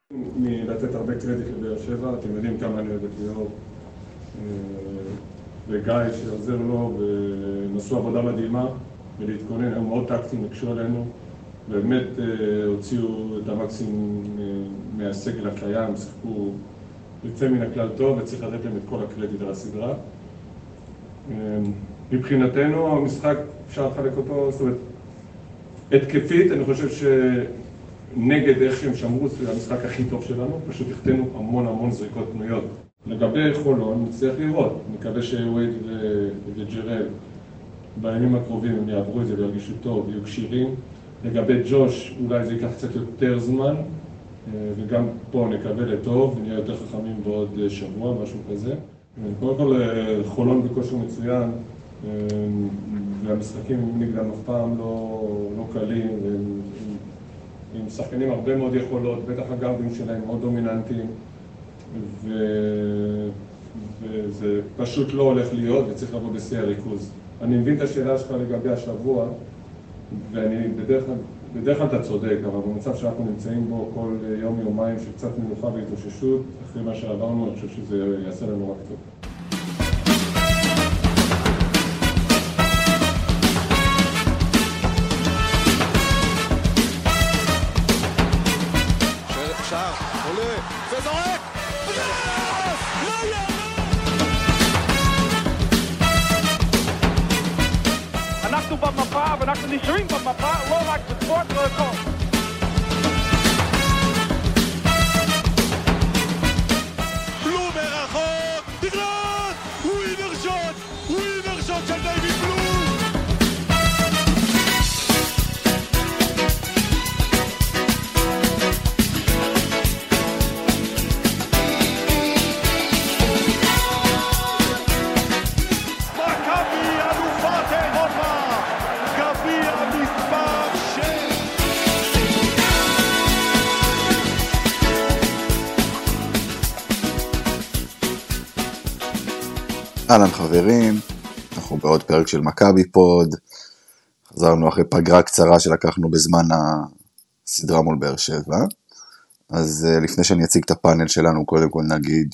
מלתת הרבה קרדיט לבאר שבע, אתם יודעים כמה אני אוהב את ליאור וגיא שעוזר לו, ונעשו עבודה מדהימה ולהתכונן, הם מאוד טקטיים, הקשו עלינו, באמת הוציאו את המקסימום מהסגל הקיים, שיחקו יוצא מן הכלל טוב וצריך לתת להם את כל הקרדיט על הסדרה. מבחינתנו המשחק אפשר לחלק אותו, זאת אומרת, התקפית, אני חושב שנגד איך שהם שמרו, זה המשחק הכי טוב שלנו, פשוט החטאנו המון זריקות פנויות. לגבי חולון, נצטרך לראות, מקווה שווייד וג'רל בימים הקרובים הם יעברו את זה וירגישו טוב, יהיו קשירים. לגבי ג'וש, אולי זה ייקח קצת יותר זמן, וגם פה נקווה לטוב, ונהיה יותר חכמים בעוד שבוע, משהו כזה. קודם כל, חולון בכושר מצוין, והמשחקים נגדם אף פעם לא קלים, עם שחקנים הרבה מאוד יכולות, בטח הגארדים שלהם מאוד דומיננטיים, וזה פשוט לא הולך להיות וצריך לבוא בשיא הריכוז. אני מבין את השאלה שלך לגבי השבוע, ואני בדרך כלל אתה צודק, אבל במצב שאנחנו נמצאים בו כל יום-יומיים של קצת מנוחה והתאוששות, אחרי מה שעברנו, אני חושב שזה יעשה לנו רק טוב. אנחנו נשארים במפה, לא רק בספורט, לא הכל. בלום מרחוק, תגלת! ווינר שוט של דיוויד בלום! אהלן חברים, אנחנו בעוד פרק של מכבי פוד, חזרנו אחרי פגרה קצרה שלקחנו בזמן הסדרה מול באר שבע, אז לפני שאני אציג את הפאנל שלנו, קודם כל נגיד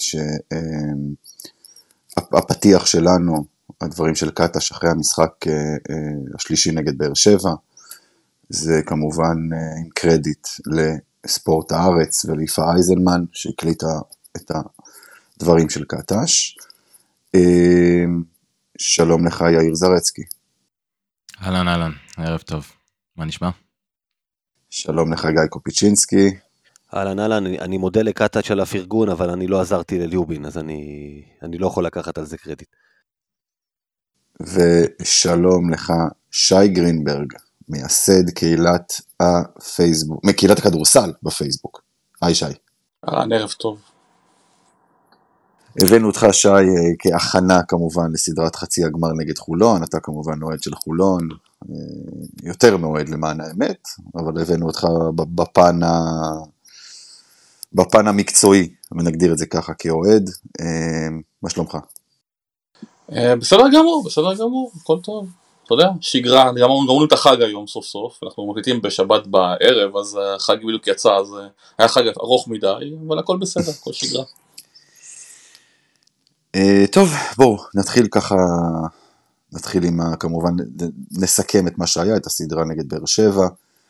שהפתיח שלנו, הדברים של קטש אחרי המשחק השלישי נגד באר שבע, זה כמובן עם קרדיט לספורט הארץ וליפה אייזלמן, שהקליטה את הדברים של קטש. שלום לך יאיר זרצקי. אהלן, ערב טוב, מה נשמע? שלום לך גיא קופיצ'ינסקי. אהלן, אני מודה לקטש על הפרגון, אבל אני לא עזרתי לליובין, אז אני לא יכול לקחת על זה קרדיט. ושלום לך שי גרינברג, מייסד קהילת הפייסבוק, מקהילת הכדורסל בפייסבוק. היי שי. אהלן, ערב טוב. הבאנו אותך שי כהכנה כמובן לסדרת חצי הגמר נגד חולון, אתה כמובן אוהד של חולון, יותר מאוהד למען האמת, אבל הבאנו אותך בפן המקצועי, ונגדיר את זה ככה כאוהד. מה שלומך? בסדר גמור, הכל טוב, אתה יודע, שגרה, גמרנו את החג היום סוף סוף, אנחנו מקליטים בשבת בערב, אז החג בדיוק יצא, אז היה חג ארוך מדי, אבל הכל בסדר, הכל שגרה. טוב, בואו, נתחיל עם, כמובן, נסכם את מה שהיה, את הסדרה נגד באר שבע,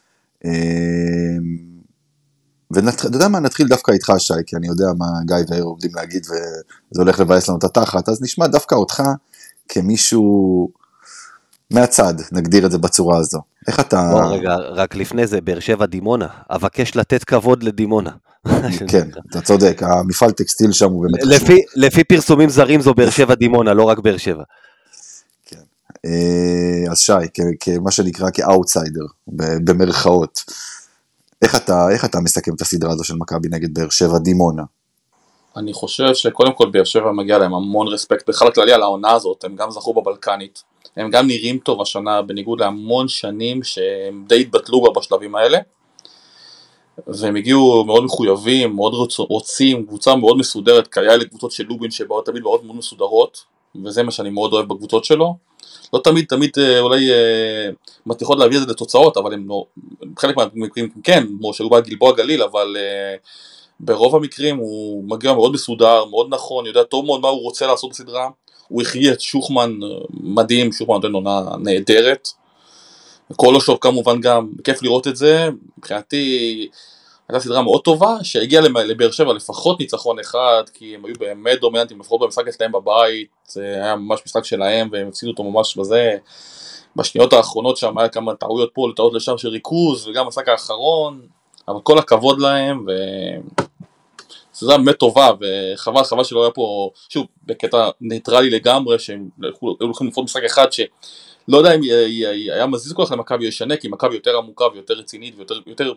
ואתה יודע מה, נתחיל דווקא איתך שי, כי אני יודע מה גיא ואיר עובדים להגיד, וזה הולך לבאס לנו את התחת, אז נשמע דווקא אותך כמישהו מהצד, נגדיר את זה בצורה הזו. איך אתה... רגע, רק לפני זה, באר שבע דימונה, אבקש לתת כבוד לדימונה. כן, אתה צודק, המפעל טקסטיל שם הוא באמת חשוב. לפי פרסומים זרים זו באר שבע דימונה, לא רק באר שבע. כן, אז שי, כמה שנקרא כאוטסיידר, במרכאות, איך אתה מסכם את הסדרה הזו של מכבי נגד באר שבע דימונה? אני חושב שקודם כל באר שבע מגיע להם המון רספקט, בכלל כללי על העונה הזאת, הם גם זכו בבלקנית, הם גם נראים טוב השנה, בניגוד להמון שנים שהם די התבטלו בה בשלבים האלה, והם הגיעו מאוד מחויבים, מאוד רוצים, קבוצה מאוד מסודרת, כי היה לקבוצות של לובין שבאות תמיד מאוד מאוד מסודרות, וזה מה שאני מאוד אוהב בקבוצות שלו, לא תמיד אולי מצליחות להביא את זה לתוצאות, אבל הם לא, בחלק מהמקרים כן, כמו שהיו בגלבוע גליל, אבל ברוב המקרים הוא מגיע מאוד מסודר, מאוד נכון, יודע טוב מאוד מה הוא רוצה לעשות בסדרה, הוא הכריע את שוחמן מדהים, שוחמן נותן עונה נהדרת, קולושוב כמובן גם, כיף לראות את זה, מבחינתי הייתה סדרה מאוד טובה, שהגיעה לבאר שבע לפחות ניצחון אחד, כי הם היו באמת דומיננטים, לפחות במשחק אצלהם בבית, זה היה ממש משחק שלהם, והם הפסידו אותו ממש בזה, בשניות האחרונות שם היה כמה טעויות פה, טעויות לשם של ריכוז, וגם המשחק האחרון, אבל כל הכבוד להם, סדרה באמת טובה, וחבל שלא היה פה, שוב, בקטע ניטרלי לגמרי, שהם הולכים לפחות משחק אחד, שלא יודע אם היה מזיז כל כך למכבי ישנה, כי מכבי יותר עמוקה ויותר רצינית, ויותר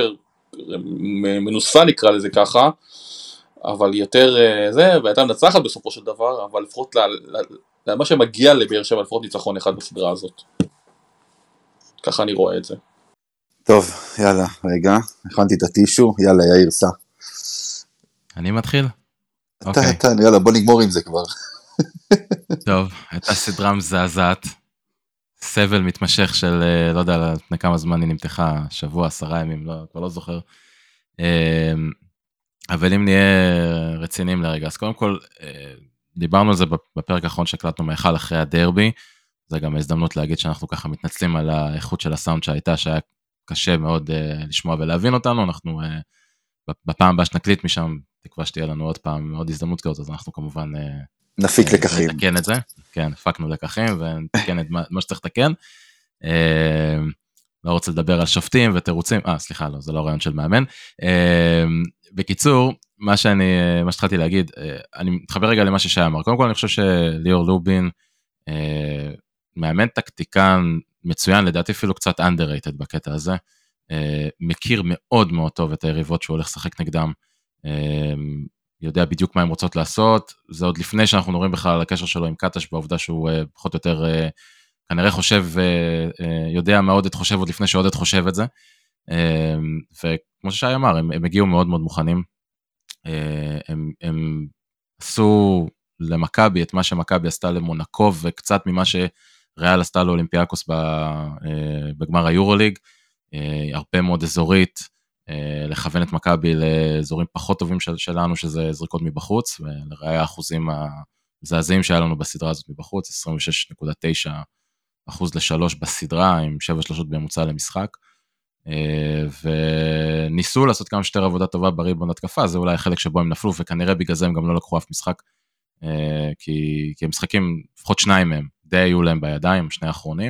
מנוסה נקרא לזה ככה, אבל יותר זה, והייתה מנצחת בסופו של דבר, אבל לפחות למה שמגיע לבאר שבע, לפחות ניצחון אחד בסדרה הזאת. ככה אני רואה את זה. טוב, יאללה, רגע, הכנתי את הטישו, יאללה, יאיר, סע. אני מתחיל? אתה, יאללה, בוא נגמור עם זה כבר. טוב, הייתה סדרה מזעזעת, סבל מתמשך של, לא יודע, לפני כמה זמן היא נמתחה, שבוע, 10 ימים, כבר לא זוכר. אבל אם נהיה רציניים לרגע, אז קודם כל, דיברנו על זה בפרק האחרון שהקלטנו מאחל אחרי הדרבי, זה גם ההזדמנות להגיד שאנחנו ככה מתנצלים על האיכות של הסאונד שהייתה, שהיה קשה מאוד לשמוע ולהבין אותנו, אנחנו בפעם הבאה שנקליט משם, תקווה שתהיה לנו עוד פעם עוד הזדמנות כזאת, אז אנחנו כמובן נפיק לקחים. נתקן את זה, כן, הפקנו לקחים ונתקן את מה שצריך לתקן. לא רוצה לדבר על שופטים ותירוצים, סליחה, לא, זה לא רעיון של מאמן. בקיצור, מה שהתחלתי להגיד, אני מתחבר רגע למה ששי אמר. קודם כל אני חושב שליאור לובין, מאמן טקטיקן מצוין, לדעתי אפילו קצת underrated בקטע הזה, מכיר מאוד מאוד טוב את היריבות שהוא הולך לשחק נגדם, יודע בדיוק מה הם רוצות לעשות, זה עוד לפני שאנחנו נוראים בכלל על הקשר שלו עם קטש, בעובדה שהוא פחות או יותר כנראה חושב, יודע מה עודד חושב עוד לפני שעודד חושב את זה, וכמו ששי אמר, הם הגיעו מאוד מאוד מוכנים, הם עשו למכבי את מה שמכבי עשתה למונקו, וקצת ממה שריאל עשתה לאולימפיאקוס בגמר היורוליג, הרבה מאוד אזורית, לכוון את מכבי לאזורים פחות טובים שלנו, שזה זריקות מבחוץ, ולראיה האחוזים המזעזעים שהיה לנו בסדרה הזאת מבחוץ, 26.9% ל-3 בסדרה, עם 7 שלושות בממוצע למשחק, וניסו לעשות כמה שיותר עבודה טובה בריבאונד התקפה, זה אולי החלק שבו הם נפלו, וכנראה בגלל זה הם גם לא לקחו אף משחק, כי המשחקים, לפחות 2 מהם, די היו להם בידיים, 2 האחרונים,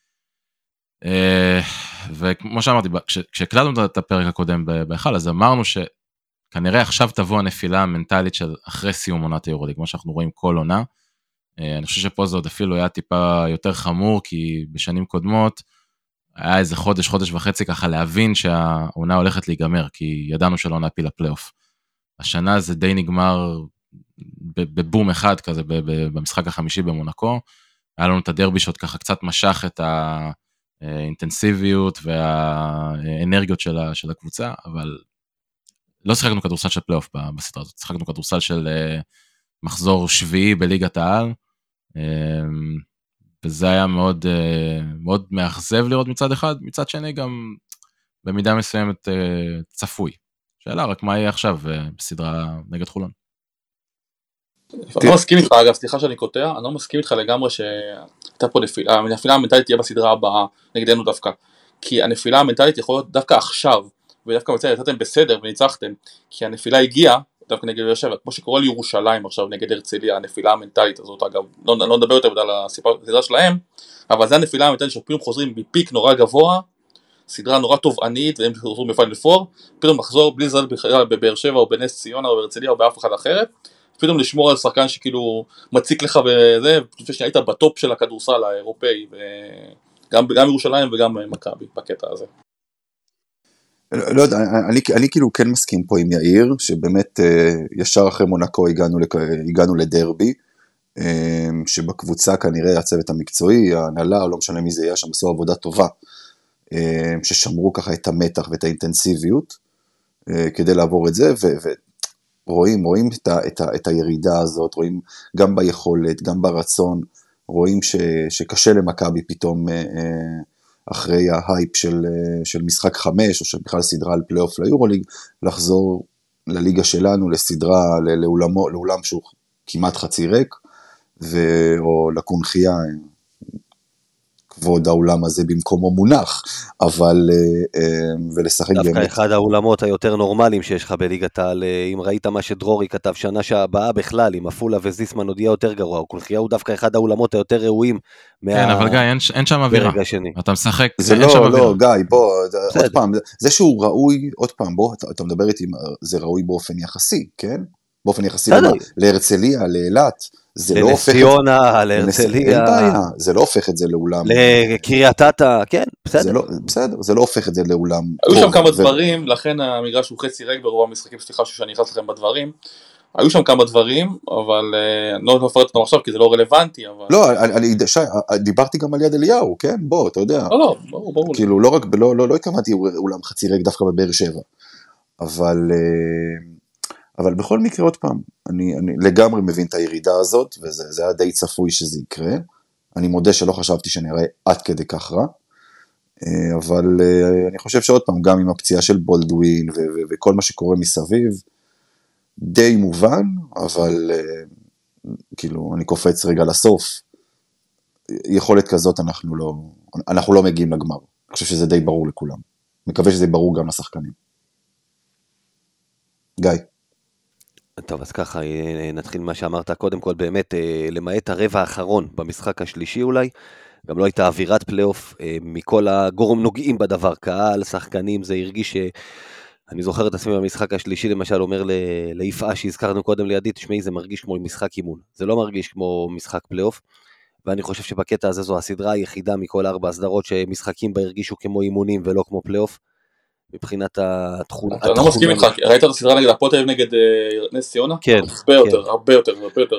וכמו שאמרתי, כשהקלטנו את הפרק הקודם בהיכל, אז אמרנו שכנראה עכשיו תבוא הנפילה המנטלית של אחרי סיום עונת היורוליג, כמו שאנחנו רואים כל עונה, אני חושב שפה זה עוד אפילו היה טיפה יותר חמור, כי בשנים קודמות, היה איזה חודש וחצי ככה להבין שהעונה הולכת להיגמר, כי ידענו שלא נעפיל לפלייאוף. השנה זה די נגמר בבום אחד כזה, במשחק החמישי במונקו, היה לנו את הדרבי שעוד ככה קצת משך את האינטנסיביות והאנרגיות של הקבוצה, אבל לא שיחקנו כדורסל של פלייאוף בסדרה הזאת, שיחקנו כדורסל של מחזור שביעי בליגת העל, וזה היה מאוד, מאוד מאכזב לראות מצד אחד, מצד שני גם במידה מסוימת צפוי. שאלה רק מה יהיה עכשיו בסדרה נגד חולון. אני לא מסכים איתך, אגב, סליחה שאני קוטע, אני לא מסכים איתך לגמרי שהייתה פה נפילה המנטלית תהיה בסדרה הבאה נגדנו דווקא, כי הנפילה המנטלית יכול להיות דווקא עכשיו, ודווקא מצד יצאתם בסדר וניצחתם, כי הנפילה הגיעה דווקא נגד באר שבע, כמו שקורה לירושלים עכשיו נגד הרצליה, הנפילה המנטלית הזאת, אגב, לא נדבר יותר על הסדרה שלהם, אבל זה הנפילה המנטלית שפתאום חוזרים מפיק נורא גבוה, סדרה נורא טובענית, והם חוזרים בפיינל פור, פתאום לחזור בלי זל בבאר שבע או בנס ציונה או בהרצליה או באף אחד אחרת, פתאום לשמור על שחקן שכאילו מציק לך בזה, פשוט שהיית בטופ של הכדורסל האירופאי, גם ירושלים וגם מכבי בקטע הזה. לא יודע, אני כאילו כן מסכים פה עם יאיר, שבאמת ישר אחרי מונקו הגענו לדרבי, שבקבוצה כנראה הצוות המקצועי, ההנהלה, לא משנה מי זה יהיה, שם עשו עבודה טובה, ששמרו ככה את המתח ואת האינטנסיביות, כדי לעבור את זה, רואים את הירידה הזאת, רואים גם ביכולת, גם ברצון, רואים שקשה למכבי פתאום אחרי ההייפ של משחק 5, או שבכלל סדרה על פלייאוף ליורוליג, לחזור לליגה שלנו, לסדרה, לאולם שהוא כמעט חצי ריק, או לקונחייה, כבוד האולם הזה במקומו מונח, אבל, ולשחק דווקא באמת. אחד האולמות היותר נורמליים שיש לך בליגת העל, אם ראית מה שדרורי כתב שנה שהבאה בכלל, עם אפולה וזיסמן עוד יהיה יותר גרוע, הקונחייה הוא דווקא אחד האולמות היותר ראויים. כן, אבל גיא, אין שם אווירה. אתה משחק, זה לא, גיא, בוא, עוד פעם, זה שהוא ראוי, עוד פעם, בוא, אתה מדבר איתי, זה ראוי באופן יחסי, כן? באופן יחסי להרצליה, לאילת, זה לא הופך... לנס-ציונה, להרצליה. אין בעיה, זה לא הופך את זה לאולם... לקריית אתא, כן, בסדר. בסדר, זה לא הופך את זה לאולם... היו שם כמה דברים, לכן המגרש הוא חצי ריק ברוב המשחקים, סליחה שאני נכנס לכם בדברים. היו שם כמה דברים, אבל לא נפרט אותם עכשיו, כי זה לא רלוונטי, אבל... לא, שי, דיברתי גם על יד אליהו, כן? בוא, אתה יודע. לא, ברור. כאילו, לא רק, לא התכוונתי אולם חצי ריק דווקא בבאר שבע. אבל בכל מקרה, עוד פעם, אני לגמרי מבין את הירידה הזאת, וזה היה די צפוי שזה יקרה. אני מודה שלא חשבתי שאני אראה עד כדי כך רע, אבל אני חושב שעוד פעם, גם עם הפציעה של בולדווין, וכל מה שקורה מסביב, די מובן, אבל כאילו, אני קופץ רגע לסוף, יכולת כזאת אנחנו לא מגיעים לגמר. אני חושב שזה די ברור לכולם. מקווה שזה ברור גם לשחקנים. גיא. טוב, אז ככה, נתחיל מה שאמרת קודם כל, באמת, למעט הרבע האחרון במשחק השלישי אולי, גם לא הייתה אווירת פלייאוף, מכל הגורם נוגעים בדבר, קהל, שחקנים, זה הרגיש אני זוכר את עצמי במשחק השלישי, למשל, אומר ליפעה שהזכרנו קודם לידי, תשמעי, זה מרגיש כמו משחק אימון, זה לא מרגיש כמו משחק פלייאוף, ואני חושב שבקטע הזה זו הסדרה היחידה מכל 4 הסדרות שמשחקים בה הרגישו כמו אימונים ולא כמו פלייאוף, מבחינת התכונה. אתה לא מסכים איתך, ראית את הסדרה נגד הפועל תל אביב נגד נס ציונה? כן. הרבה יותר.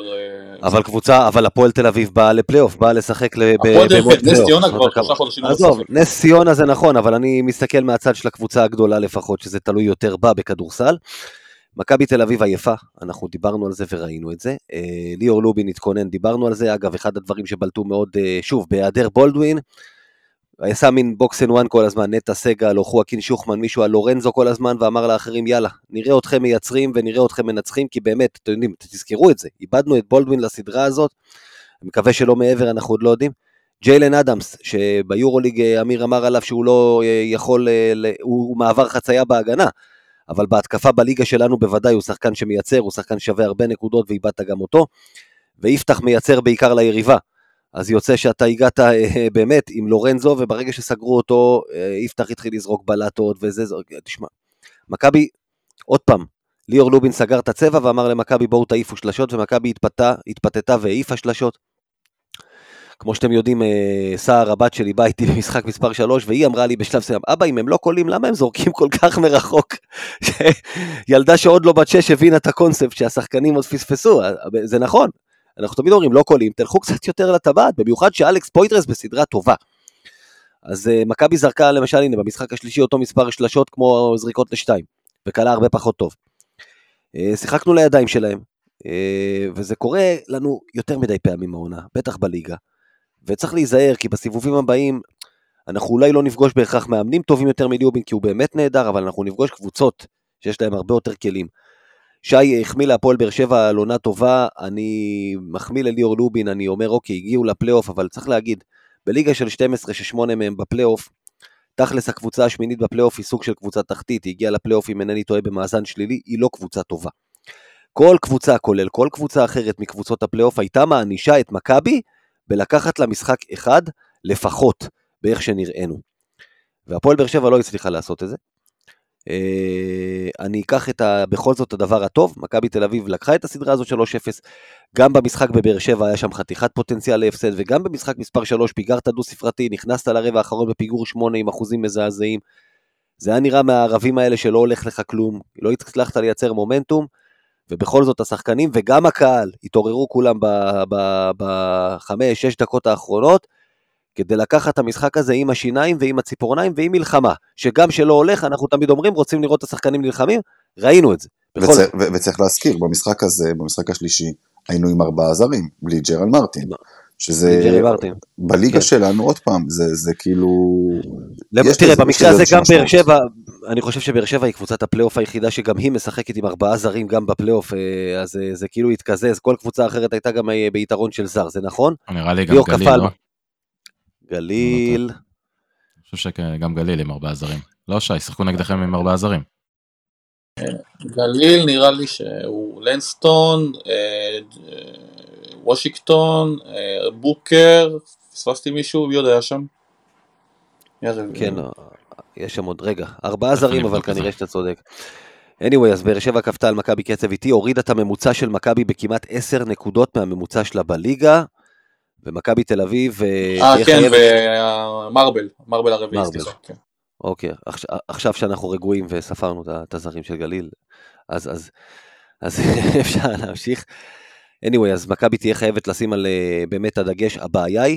אבל הפועל תל אביב באה לפלייאוף, באה לשחק הפועל תל אביב, נס ציונה כבר 3 חודשים. עזוב, נס ציונה זה נכון, אבל אני מסתכל מהצד של הקבוצה הגדולה לפחות, שזה תלוי יותר בה בכדורסל. מכבי תל אביב עייפה, אנחנו דיברנו על זה וראינו את זה. ליאור לובין התכונן, דיברנו על זה. אגב, אחד הדברים שבלטו מאוד, שוב, בהיעדר בולדווין, עשה מין בוקס אנד וואן כל הזמן, נטע סגל או חואקין שוחמן, מישהו על לורנזו כל הזמן, ואמר לאחרים, יאללה, נראה אתכם מייצרים ונראה אתכם מנצחים, כי באמת, אתם יודעים, תזכרו את זה, איבדנו את בולדווין לסדרה הזאת, אני מקווה שלא מעבר, אנחנו עוד לא יודעים. ג'יילן אדמס, שביורוליג אמיר אמר עליו שהוא לא יכול, הוא מעבר חצייה בהגנה, אבל בהתקפה בליגה שלנו בוודאי הוא שחקן שמייצר, הוא שחקן שווה הרבה נקודות, ואיבדת גם אותו, ויפתח מייצר בעיקר ליריבה. אז יוצא שאתה הגעת באמת עם לורנזו, וברגע שסגרו אותו, יפתח התחיל לזרוק בלטות, וזה, תשמע, מכבי, עוד פעם, ליאור לובין סגר את הצבע, ואמר למכבי בואו תעיפו שלשות, ומכבי התפתתה והעיפה שלשות. כמו שאתם יודעים, סער הבת שלי בא איתי במשחק מספר 3, והיא אמרה לי בשלב סיים, אבא, אם הם לא קולים, למה הם זורקים כל כך מרחוק? ילדה שעוד לא בת 6 הבינה את הקונספט, שהשחקנים עוד פספסו, זה נכון. אנחנו תמיד אומרים, לא קולים, תלכו קצת יותר לטבעת, במיוחד שאלכס פויטרס בסדרה טובה. אז מכבי זרקה, למשל, הנה, במשחק השלישי, אותו מספר שלשות כמו זריקות ל2, וקלה הרבה פחות טוב. שיחקנו לידיים שלהם, וזה קורה לנו יותר מדי פעמים מהעונה, בטח בליגה, וצריך להיזהר, כי בסיבובים הבאים, אנחנו אולי לא נפגוש בהכרח מאמנים טובים יותר מליובין, כי הוא באמת נהדר, אבל אנחנו נפגוש קבוצות שיש להם הרבה יותר כלים. שי החמיא להפועל באר שבע על עונה טובה, אני מחמיא לליאור לובין, אני אומר אוקיי, הגיעו לפלייאוף, אבל צריך להגיד, בליגה של 12 ש8 מהם בפלייאוף, תכלס הקבוצה השמינית בפלייאוף היא סוג של קבוצה תחתית, היא הגיעה לפלייאוף אם אינני טועה במאזן שלילי, היא לא קבוצה טובה. כל קבוצה, כולל כל קבוצה אחרת מקבוצות הפלייאוף, הייתה מענישה את מכבי, בלקחת לה משחק אחד לפחות, באיך שנראינו. והפועל באר שבע לא הצליחה לעשות את זה. אני אקח בכל זאת הדבר הטוב, מכבי תל אביב לקחה את הסדרה הזאת 3-0, גם במשחק בבאר שבע היה שם חתיכת פוטנציאל להפסד, וגם במשחק מספר 3 פיגרת דו ספרתי, נכנסת לרבע האחרון בפיגור 8 עם אחוזים מזעזעים, זה היה נראה מהערבים האלה שלא הולך לך כלום, לא הצלחת לייצר מומנטום, ובכל זאת השחקנים וגם הקהל התעוררו כולם ב5-6 דקות האחרונות, כדי לקחת את המשחק הזה עם השיניים ועם הציפורניים ועם מלחמה, שגם שלא הולך, אנחנו תמיד אומרים, רוצים לראות את השחקנים נלחמים, ראינו את זה. וצריך להזכיר, במשחק הזה, במשחק השלישי, היינו עם 4 זרים, בלי ג'רל מרטין. שזה בליגה שלנו, עוד פעם, זה כאילו... תראה, במקרה הזה גם באר שבע, אני חושב שבאר שבע היא קבוצת הפלייאוף היחידה שגם היא משחקת עם 4 זרים גם בפלייאוף, אז זה כאילו התקזז, כל קבוצה אחרת הייתה גם ביתרון של זר, זה נכון? נראה לי גם גליל, לא? גליל... אני חושב שגם גליל עם 4 זרים. לא שי, שחקו נגדכם עם 4 זרים. גליל נראה לי שהוא לנסטון, וושינגטון, בוקר, פספסתי מישהו, מי עוד היה שם? כן, יש שם עוד רגע, 4 זרים, אבל כנראה שאתה צודק. anyway, אז באר שבע כפתה על מכבי קצב איתי, הורידה את הממוצע של מכבי בכמעט 10 נקודות מהממוצע שלה בליגה, ומכבי תל אביב... כן, ומרבל הרביעי, סליחה. אוקיי, עכשיו שאנחנו רגועים וספרנו את הזרים של גליל, אז אפשר להמשיך. anyway, אז מכבי תהיה חייבת לשים על באמת הדגש, הבעיה היא,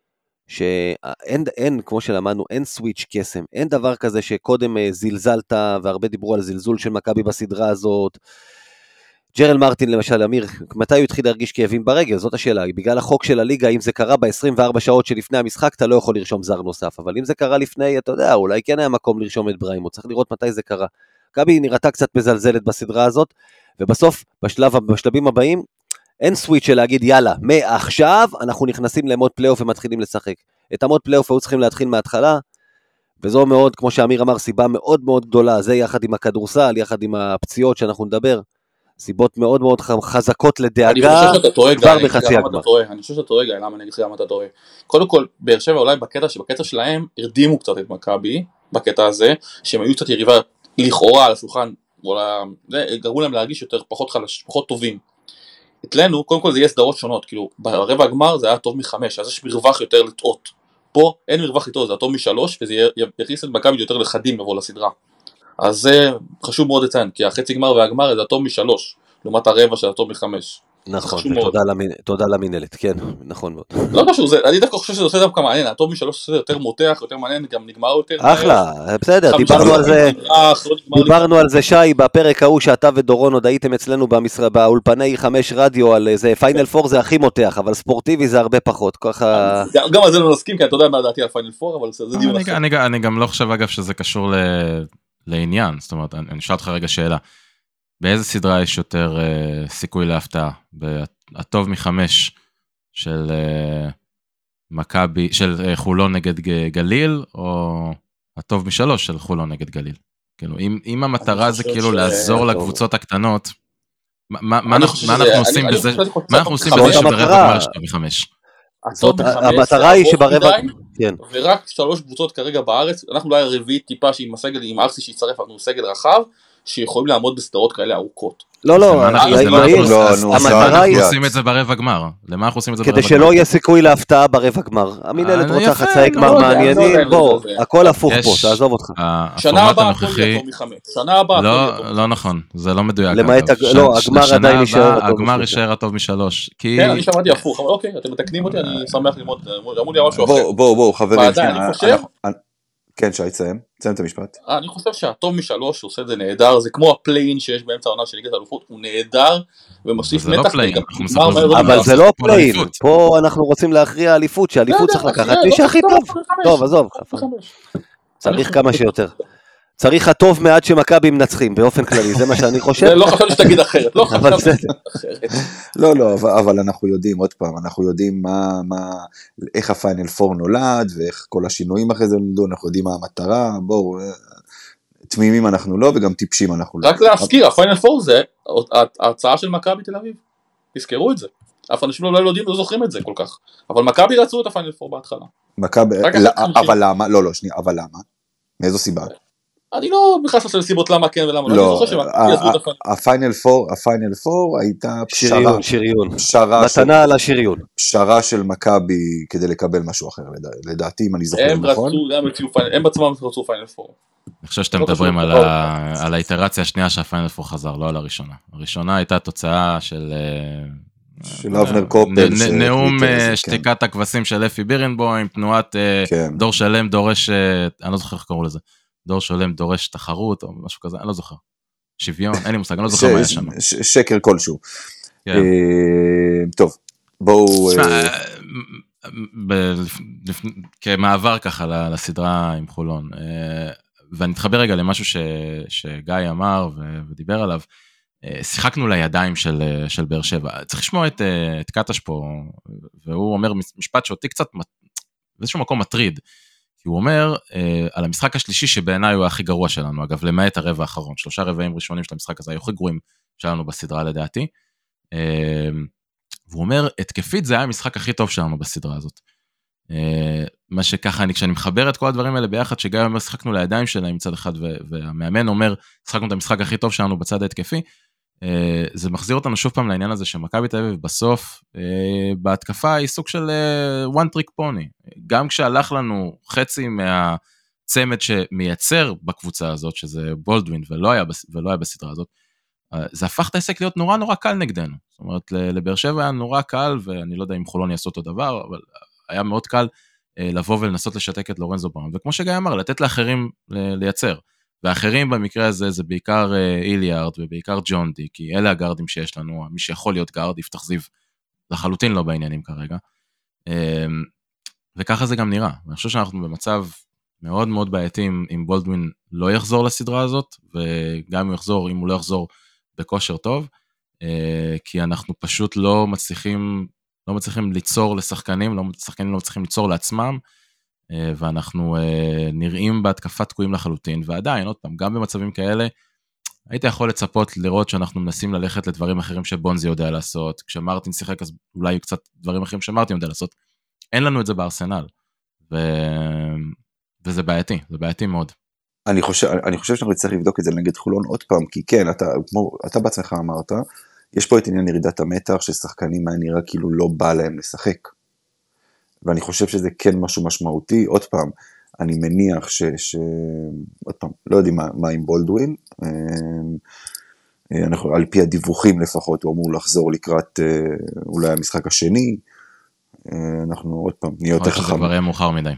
שאין, כמו שלמדנו, אין סוויץ' קסם, אין דבר כזה שקודם זלזלת, והרבה דיברו על זלזול של מכבי בסדרה הזאת. ג'רל מרטין למשל, אמיר, מתי הוא התחיל להרגיש כאבים ברגל? זאת השאלה, בגלל החוק של הליגה, אם זה קרה ב-24 שעות שלפני המשחק, אתה לא יכול לרשום זר נוסף, אבל אם זה קרה לפני, אתה יודע, אולי כן היה מקום לרשום את בריימו, צריך לראות מתי זה קרה. מכבי נראתה קצת מזלזלת בסדרה הזאת, ובסוף, בשלבים הבאים, אין סוויץ' של להגיד, יאללה, מעכשיו אנחנו נכנסים לעמוד פלייאוף ומתחילים לשחק. את עמוד פלייאוף היו צריכים להתחיל מההתחלה, וזו מאוד, כמו שאמיר אמר, סיבה מאוד מאוד גדולה, זה יחד עם הכדורסל, יחד עם הפציעות שאנחנו נדבר, סיבות מאוד מאוד חזקות לדאגה, כבר בחצי הגמר. אני חושב שאתה טועה, למה אני אגיד לך למה אתה טועה? קודם כל, באר שבע אולי בקטע שלהם, הרדימו קצת את מכבי, בקטע הזה, שהם היו קצת יריבה לכאורה על השולחן, גרמו להם להרגיש יותר פחות טובים. אצלנו, קודם כל זה יהיה סדרות שונות, כאילו, ברבע הגמר זה היה טוב מ5, אז יש מרווח יותר לטעות. פה אין מרווח איתו, זה הטוב מ3, וזה יכניס את מכבי יותר לחדים לבוא לסדרה. אז זה חשוב מאוד לציין, כי החצי גמר והגמר זה הטוב מ3, לעומת הרבע של הטוב מ5. נכון, תודה למנהלת, כן, נכון מאוד. לא קשור, אני דווקא חושב שזה עושה דווקא מעניין, הטוב מ3 עושה יותר מותח, יותר מעניין, גם נגמר יותר. אחלה, בסדר, דיברנו על זה שי, בפרק ההוא שאתה ודורון עוד הייתם אצלנו באולפני 5 רדיו, על זה פיינל 4 זה הכי מותח, אבל ספורטיבי זה הרבה פחות, ככה... גם על זה לא נסכים, כי אתה יודע מה דעתי על פיינל 4, אבל זה דיון אחר. אני גם לא חושב אגב שזה קשור לעניין, זאת אומרת, אני אשאל אותך רגע שאלה. באיזה סדרה יש יותר סיכוי להפתעה? הטוב מ5 של מכבי, של חולון נגד גליל, או הטוב מ3 של חולון נגד גליל? כאילו, אם המטרה זה כאילו לעזור לקבוצות הקטנות, מה אנחנו עושים בזה? מה אנחנו עושים בזה שברבע גמר יש טוב מ5? המטרה היא שברבע... ורק 3 קבוצות כרגע בארץ, אנחנו אולי הרביעית טיפה שעם הסגל, עם ארסי שיצטרף, אנחנו סגל רחב, שיכולים לעמוד בסדרות כאלה ארוכות. לא, המטרה היא... עושים את זה ברבע גמר. למה אנחנו עושים את זה ברבע גמר? כדי שלא יהיה סיכוי להפתעה ברבע גמר. המנהלת רוצה חצאי גמר מעניינים, בוא, הכל הפוך פה, תעזוב אותך. שנה הבאה הכל יהיה טוב מ5. שנה הבאה לא נכון, זה לא מדויק. לא, הגמר עדיין יישאר. הגמר יישאר הטוב מ3. כן, אני שמעתי הפוך, אבל אוקיי, אתם מתקנים אותי, אני שמח ללמוד, אמרו לי משהו אחר. בואו, חברים, כן, שי, תסיים את המשפט. אני חושב שהטוב מ3 עושה את זה נהדר, זה כמו הפליין שיש באמצע העונה של ליגת האלופות, הוא נהדר ומוסיף מתח. אבל זה לא פליין, פה אנחנו רוצים להכריע אליפות, שהאליפות צריך לקחת מי שהכי טוב. טוב, עזוב, צריך כמה שיותר. צריך הטוב מעט שמכבי מנצחים, באופן כללי, זה מה שאני חושב. לא חשבתי שתגיד אחרת, לא חשבתי אחרת. לא, אבל אנחנו יודעים, עוד פעם, אנחנו יודעים איך הפיינל 4 נולד, ואיך כל השינויים אחרי זה נולדו, אנחנו יודעים מה המטרה, בואו, תמימים אנחנו לא, וגם טיפשים אנחנו לא. רק להזכיר, הפיינל 4 זה ההצעה של מכבי תל אביב, תזכרו את זה. אף אנשים לא יודעים, לא זוכרים את זה כל כך, אבל מכבי רצו את הפיינל 4 בהתחלה. אבל למה? לא, שנייה, אבל למה? מאיזו סיבה? אני לא בכלל לסיבות למה כן ולמה לא, הפיינל 4 הייתה שריון, מתנה על השריון. פשרה של מכבי כדי לקבל משהו אחר, לדעתי, אם אני זוכר נכון. הם בעצמם רצו פיינל 4. אני חושב שאתם מדברים על האיטרציה השנייה שהפיינל 4 חזר, לא על הראשונה. הראשונה הייתה תוצאה של אבנר קופל. נאום שתיקת הכבשים של אפי בירנבוים, תנועת דור שלם דורש, אני לא זוכר איך קראו לזה. דור שלם דורש תחרות או משהו כזה, אני לא זוכר. שוויון, אין לי מושג, אני לא זוכר מה היה שם. שקר כלשהו. טוב, בואו... כמעבר ככה לסדרה עם חולון, ואני אתחבר רגע למשהו שגיא אמר ודיבר עליו, שיחקנו לידיים של באר שבע, צריך לשמוע את קטש פה, והוא אומר משפט שאותי קצת באיזשהו מקום מטריד, כי הוא אומר על המשחק השלישי שבעיניי הוא הכי גרוע שלנו, אגב למעט הרבע האחרון, 3 רבעים ראשונים של המשחק הזה היו הכי גרועים שלנו בסדרה לדעתי, והוא אומר, התקפית זה היה המשחק הכי טוב שלנו בסדרה הזאת. מה שככה, כשאני מחבר את כל הדברים האלה ביחד, שגיא אומר, שחקנו לידיים שלהם מצד אחד, והמאמן אומר, שחקנו את המשחק הכי טוב שלנו בצד ההתקפי, זה מחזיר אותנו שוב פעם לעניין הזה, שמכבי תל אביב בסוף, בהתקפה היא סוג של one trick pony. גם כשהלך לנו חצי מהצמד שמייצר בקבוצה הזאת, שזה בולדווין, ולא היה בסדרה הזאת, זה הפך את העסק להיות נורא נורא קל נגדנו. זאת אומרת, לבאר שבע היה נורא קל, ואני לא יודע אם חולון יעשו אותו דבר, אבל היה מאוד קל לבוא ולנסות לשתק את לורנזו בראון, וכמו שגיא אמר, לתת לאחרים לייצר, והאחרים במקרה הזה זה בעיקר איליארד ובעיקר ג'ון די, כי אלה הגארדים שיש לנו, מי שיכול להיות גארד יפתח זיו, לחלוטין לא בעניינים כרגע, וככה זה גם נראה, ואני חושב שאנחנו במצב מאוד מאוד בעייתי אם בולדווין לא יחזור לסדרה הזאת, וגם אם הוא לא יחזור בכושר טוב, כי אנחנו פשוט לא מצליחים ליצור לשחקנים, שחקנים לא מצליחים ליצור לעצמם, ואנחנו נראים בהתקפה תקועים לחלוטין, ועדיין, עוד פעם, גם במצבים כאלה, הייתי יכול לצפות לראות שאנחנו מנסים ללכת לדברים אחרים שבונזי יודע לעשות, כשמרטין שיחק אז אולי קצת דברים אחרים שמרטין יודע לעשות, אין לנו את זה בארסנל, וזה בעייתי, זה בעייתי מאוד. אני חושב שאנחנו צריך לבדוק את זה נגד חולון עוד פעם, כי כן, אתה בעצמך אמרת, יש פה את עניין ירידת המתח, ששחקנים מה נראה כאילו לא בא להם לשחק, ואני חושב שזה כן משהו משמעותי, עוד פעם, אני מניח עוד פעם, לא יודעים מה עם בולדווין, על פי הדיווחים לפחות, הוא אמור לחזור לקראת אולי המשחק השני, אנחנו עוד פעם נהיה יותר חכמים. זה כבר יהיה מאוחר מדי.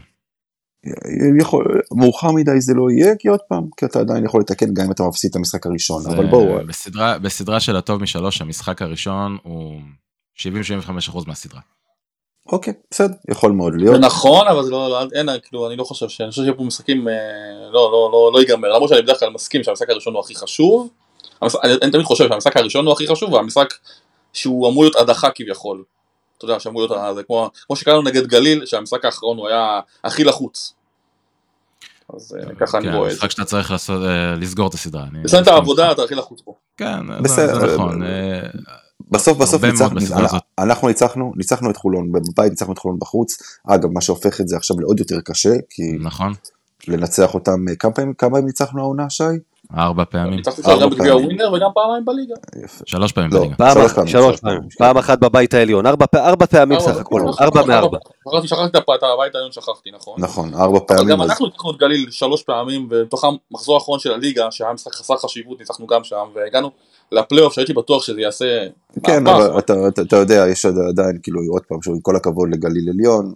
מאוחר מדי זה לא יהיה, כי עוד פעם, כי אתה עדיין יכול לתקן גם אם אתה מפסיד את המשחק הראשון, אבל בואו. בסדרה של הטוב משלוש, המשחק הראשון הוא 70-75% מהסדרה. אוקיי, בסדר, יכול מאוד להיות. זה נכון, אבל זה לא, אין, כאילו, אני לא חושב שיהיו פה משחקים, לא ייגמר, למרות שאני בדרך כלל מסכים שהמשחק הראשון הוא הכי חשוב, אני תמיד חושב שהמשחק הראשון הוא הכי חשוב, והמשחק שהוא אמור להיות הדחה כביכול, אתה יודע, שאמור להיות, זה כמו שקראנו נגד גליל, שהמשחק האחרון הוא היה הכי לחוץ. אז ככה אני רואה את זה. משחק שאתה צריך לסגור את הסדרה. לסיים את העבודה, אתה הכי לחוץ פה. כן, זה נכון. בסוף אנחנו ניצחנו את חולון, בבית ניצחנו את חולון בחוץ, אגב, מה שהופך את זה עכשיו לעוד יותר קשה, כי לנצח אותם, כמה פעמים ניצחנו העונה, שי? 4 פעמים. ניצחנו גם בגביע ווינר וגם פעמיים בליגה. 3 פעמים בליגה. 3 פעמים, פעם אחת בבית העליון, 4 פעמים סך הכל, 4 מ-4. שכחתי את הבית העליון, שכחתי, נכון. נכון, 4 פעמים. גם אנחנו ניצחנו את גליל 3 פעמים, ובתוכם מחזור האחרון של הליגה, שהיה משחק חסר חשיבות, ניצחנו גם שם, והגענו לפלייאוף שהייתי בטוח שזה יעשה... כן, אבל אתה יודע, יש עדיין, כאילו, עוד פעם, שעם כל הכבוד לגליל עליון,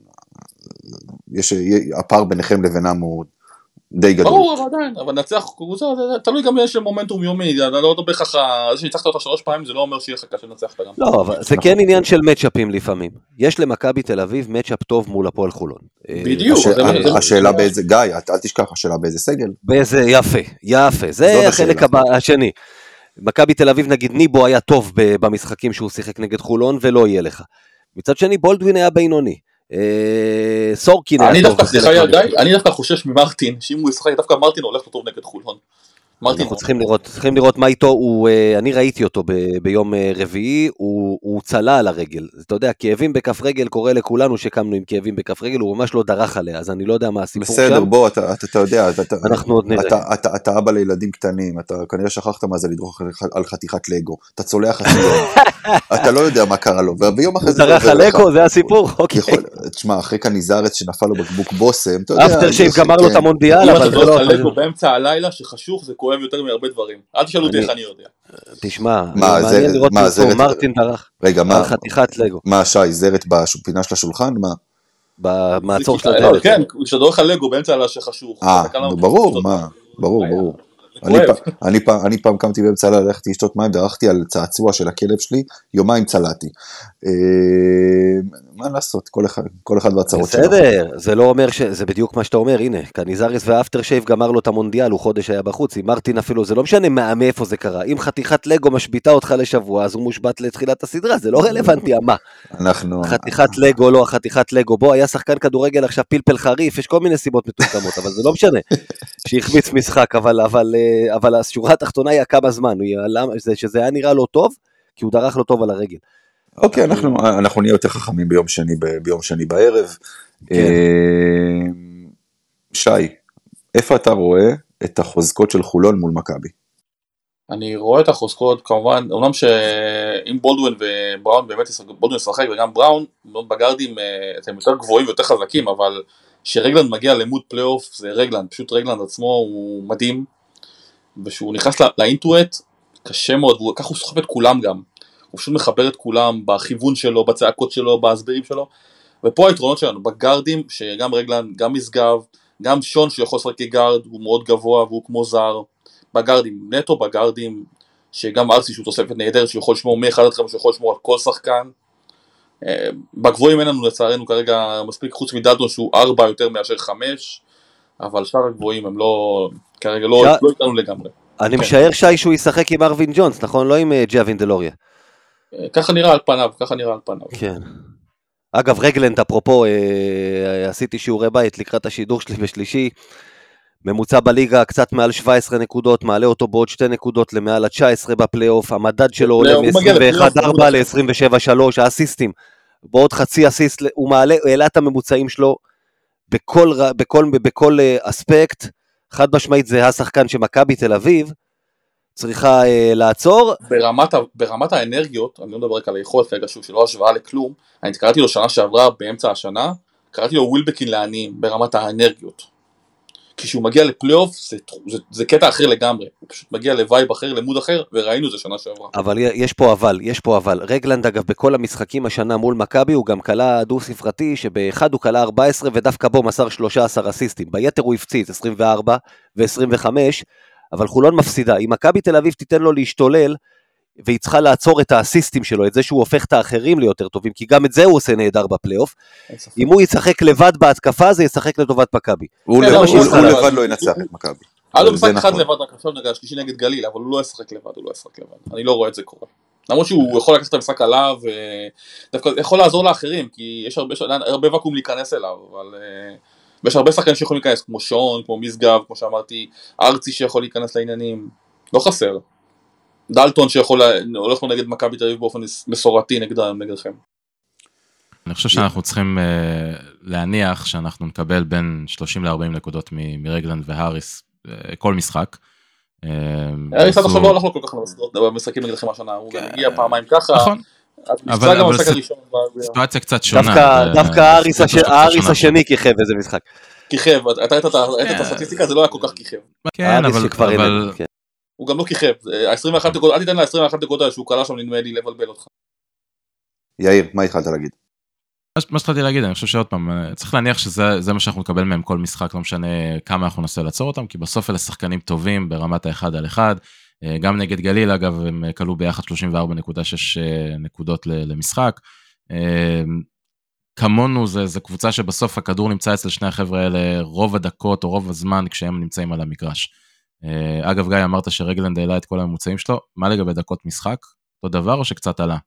הפער ביניכם לבינם הוא די גדול. ברור, אבל עדיין, אבל נצח קבוצה, תלוי גם יש מומנטום יומי, לא בהכרח, זה שניצחת אותה 3 פעמים, זה לא אומר שיהיה לך קשה לנצח אותה גם. לא, אבל זה כן עניין של מצ'אפים לפעמים. יש למכבי תל אביב מצ'אפ טוב מול הפועל חולון. בדיוק. השאלה באיזה, גיא, אל תשכח, השאלה באיזה סגל. באיזה, יפה, זה החלק השני. מכבי תל אביב נגיד ניבו היה טוב במשחקים שהוא שיחק נגד חולון ולא יהיה לך. מצד שני בולדווין היה בינוני. סורקין היה טוב. אני דווקא חושש ממרטין, שאם הוא ישחק דווקא מרטין הולך לו טוב נגד חולון. אנחנו צריכים לראות מה איתו, אני ראיתי אותו ביום רביעי, הוא צלה על הרגל, אתה יודע, כאבים בכף רגל קורה לכולנו שקמנו עם כאבים בכף רגל, הוא ממש לא דרך עליה, אז אני לא יודע מה הסיפור שם. בסדר, בוא, אתה יודע, אנחנו עוד נראה. אתה אבא לילדים קטנים, אתה כנראה שכחת מה זה לדרוך על חתיכת לגו, אתה צולח חצי יום, אתה לא יודע מה קרה לו, וביום אחרי זה... הוא דרך על לגו, זה הסיפור, אוקיי. תשמע, אחרי כניזרץ שנפל לו בקבוק בוסם, אתה יודע... אפטר שגמר לו את המונדיאל, אבל זה לא... לגו באמצע הלילה שחשוך זה כואב יותר מהרבה דברים. אל תשאלו אותי איך אני יודע. תשמע, מעניין לראות פה מרטין דרך. רגע, מה? חתיכת לגו. מה, שי, זרת בפינה של השולחן? מה? במעצור של הדלת. כן, כשדורך לך לגו באמצע הלילה שחשוך. ברור, מה? ברור. אני פעם קמתי באמצע הלילה, הלכתי לשתות מים, דרכתי על צעצוע של הכלב שלי, יומיים צלעתי. מה לעשות, כל אחד והצרות שלו. בסדר, זה לא אומר זה בדיוק מה שאתה אומר, הנה, קניזריס ואפטר שייב גמר לו את המונדיאל, הוא חודש היה בחוץ, עם מרטין אפילו, זה לא משנה מאיפה זה קרה, אם חתיכת לגו משביטה אותך לשבוע, אז הוא מושבת לתחילת הסדרה, זה לא רלוונטי, מה? חתיכת לגו, לא, חתיכת לגו, בוא, היה שחקן כדורגל עכשיו פלפל חריף, יש כל מיני סיבות מטומטמות, אבל זה לא משנה, שהחמיץ משחק, אבל השורה התחתונה היא כמה זמן, שזה היה נראה לא טוב, כי הוא דרך לא טוב על הרגל. אוקיי, אנחנו נהיה יותר חכמים ביום שני בערב. שי, איפה אתה רואה את החוזקות של חולון מול מכבי? אני רואה את החוזקות, כמובן, אומנם שאם בולדווין ובראון באמת בולדווין ישחק וגם בראון, בגארדים אתם יותר גבוהים ויותר חזקים, אבל שרגלנד מגיע למוד פלייאוף, זה רגלנד, פשוט רגלנד עצמו הוא מדהים, ושהוא נכנס לאינטואט, קשה מאוד, וכך הוא סוחב את כולם גם. הוא פשוט מחבר את כולם בכיוון שלו, בצעקות שלו, בהסברים שלו, ופה היתרונות שלנו, בגארדים, שגם רגלנד, גם מסגב, גם שון שיכול לשחק כגארד, הוא מאוד גבוה והוא כמו זר, בגארדים, נטו בגארדים, שגם ארצי שהוא תוספת נהדר, שיכול לשמור מאחד עד חמש, שיכול לשמור על כל שחקן, בגבוהים אין לנו לצערנו כרגע מספיק חוץ מדלטון שהוא 4 יותר מאשר 5, אבל שאר הגבוהים הם לא, כרגע לא איתנו לגמרי. אני משער שי שהוא ישחק עם ארווין ג'ונס, נכון? לא עם ג'אווין דלוריה. ככה נראה על פניו. כן. אגב, רגלנד, אפרופו, עשיתי שיעורי בית לקראת השידור שלי בשלישי, ממוצע בליגה קצת מעל 17 נקודות, מעלה אותו בעוד 2 נקודות למעל ה-19 בפלייאוף, המדד שלו עולה מ-21-4 ל-27-3, האסיסטים, בעוד חצי אסיסט, הוא העלה את הממוצעים שלו בכל אספקט, חד משמעית זה השחקן שמכבי תל אביב, צריכה לעצור. ברמת האנרגיות, אני לא מדבר רק על היכולת כרגע שוב, שלא השוואה לכלום, אני קראתי לו שנה שעברה באמצע השנה, קראתי לו ווילבקין לעניים ברמת האנרגיות. כשהוא מגיע לפלייאוף, זה קטע אחר לגמרי, הוא פשוט מגיע לווייב אחר, למוד אחר, וראינו זה שנה שעברה. אבל יש פה אבל, רגלנד אגב בכל המשחקים השנה מול מכבי, הוא גם קלה דו ספרתי, שבאחד הוא קלה 14, ודווקא בו מסר 13 אסיסטים, ביתר הוא הפציץ 24 ו-25, אבל חולון מפסידה, אם מכבי תל אביב תיתן לו להשתולל, והיא צריכה לעצור את האסיסטים שלו, את זה שהוא הופך את האחרים ליותר טובים, כי גם את זה הוא עושה נהדר בפלייאוף, אם הוא ישחק לבד בהתקפה, זה ישחק לטובת מכבי. הוא לבד לא ינצח את מכבי. היה לו משחק אחד לבד, רק עכשיו נגע השלישי נגד גליל, אבל הוא לא ישחק לבד, אני לא רואה את זה קורה. למרות שהוא יכול לקחת את המשחק עליו, ודווקא יכול לעזור לאחרים, כי יש הרבה וקום להיכנס אליו, אבל יש הרבה שחקנים שיכולים להיכנס, כמו שון, כמו מסגב, כמו שאמרתי, ארצי שיכול להיכנס לעניינים, לא חסר. דלטון שיכול, הולך לו נגד מכבי תל אביב באופן מסורתי נגדכם. אני חושב שאנחנו צריכים להניח שאנחנו נקבל בין 30 ל-40 נקודות מרגלנד והאריס כל משחק. האריס עד עכשיו לא הלך לו כל כך במשחקים נגדכם השנה, הוא גם הגיע פעמיים ככה. נכון. אבל סיטואציה קצת שונה. דווקא האריס השני כיכב איזה משחק. כיכב, אתה ראית את הסטטיסטיקה, זה לא היה כל כך כיכב. כן, אבל הוא גם לא כיכב, 21 דקות, אל תיתן לה 21 דקות שהוא קלה שם נדמה לי לבלבל אותך. יאיר, מה התחלת להגיד? מה שתחלתי להגיד, אני חושב שעוד פעם, צריך להניח שזה מה שאנחנו נקבל מהם כל משחק, לא משנה כמה אנחנו ננסה לעצור אותם, כי בסוף אלה שחקנים טובים ברמת האחד על אחד, גם נגד גליל אגב, הם קלו ביחד 34.6 נקודות למשחק, כמונו זה קבוצה שבסוף הכדור נמצא אצל שני החבר'ה האלה רוב הדקות או רוב הזמן כשהם נמצאים על המגרש. אגב גיא, אמרת שרגלנד העלה את כל הממוצעים שלו, מה לגבי דקות משחק? אותו דבר או שקצת עלה?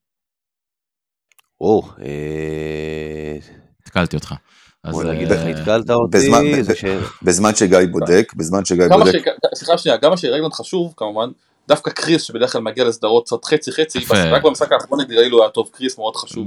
התקלתי אותך. בוא נגיד איך התקלת אותי. בזמן שגיא בודק, סליחה שנייה, גם מה שרגלנד חשוב כמובן, דווקא קריס שבדרך כלל מגיע לסדרות קצת חצי, רק במשחק האחרון נגד גליל הוא היה טוב, קריס מאוד חשוב.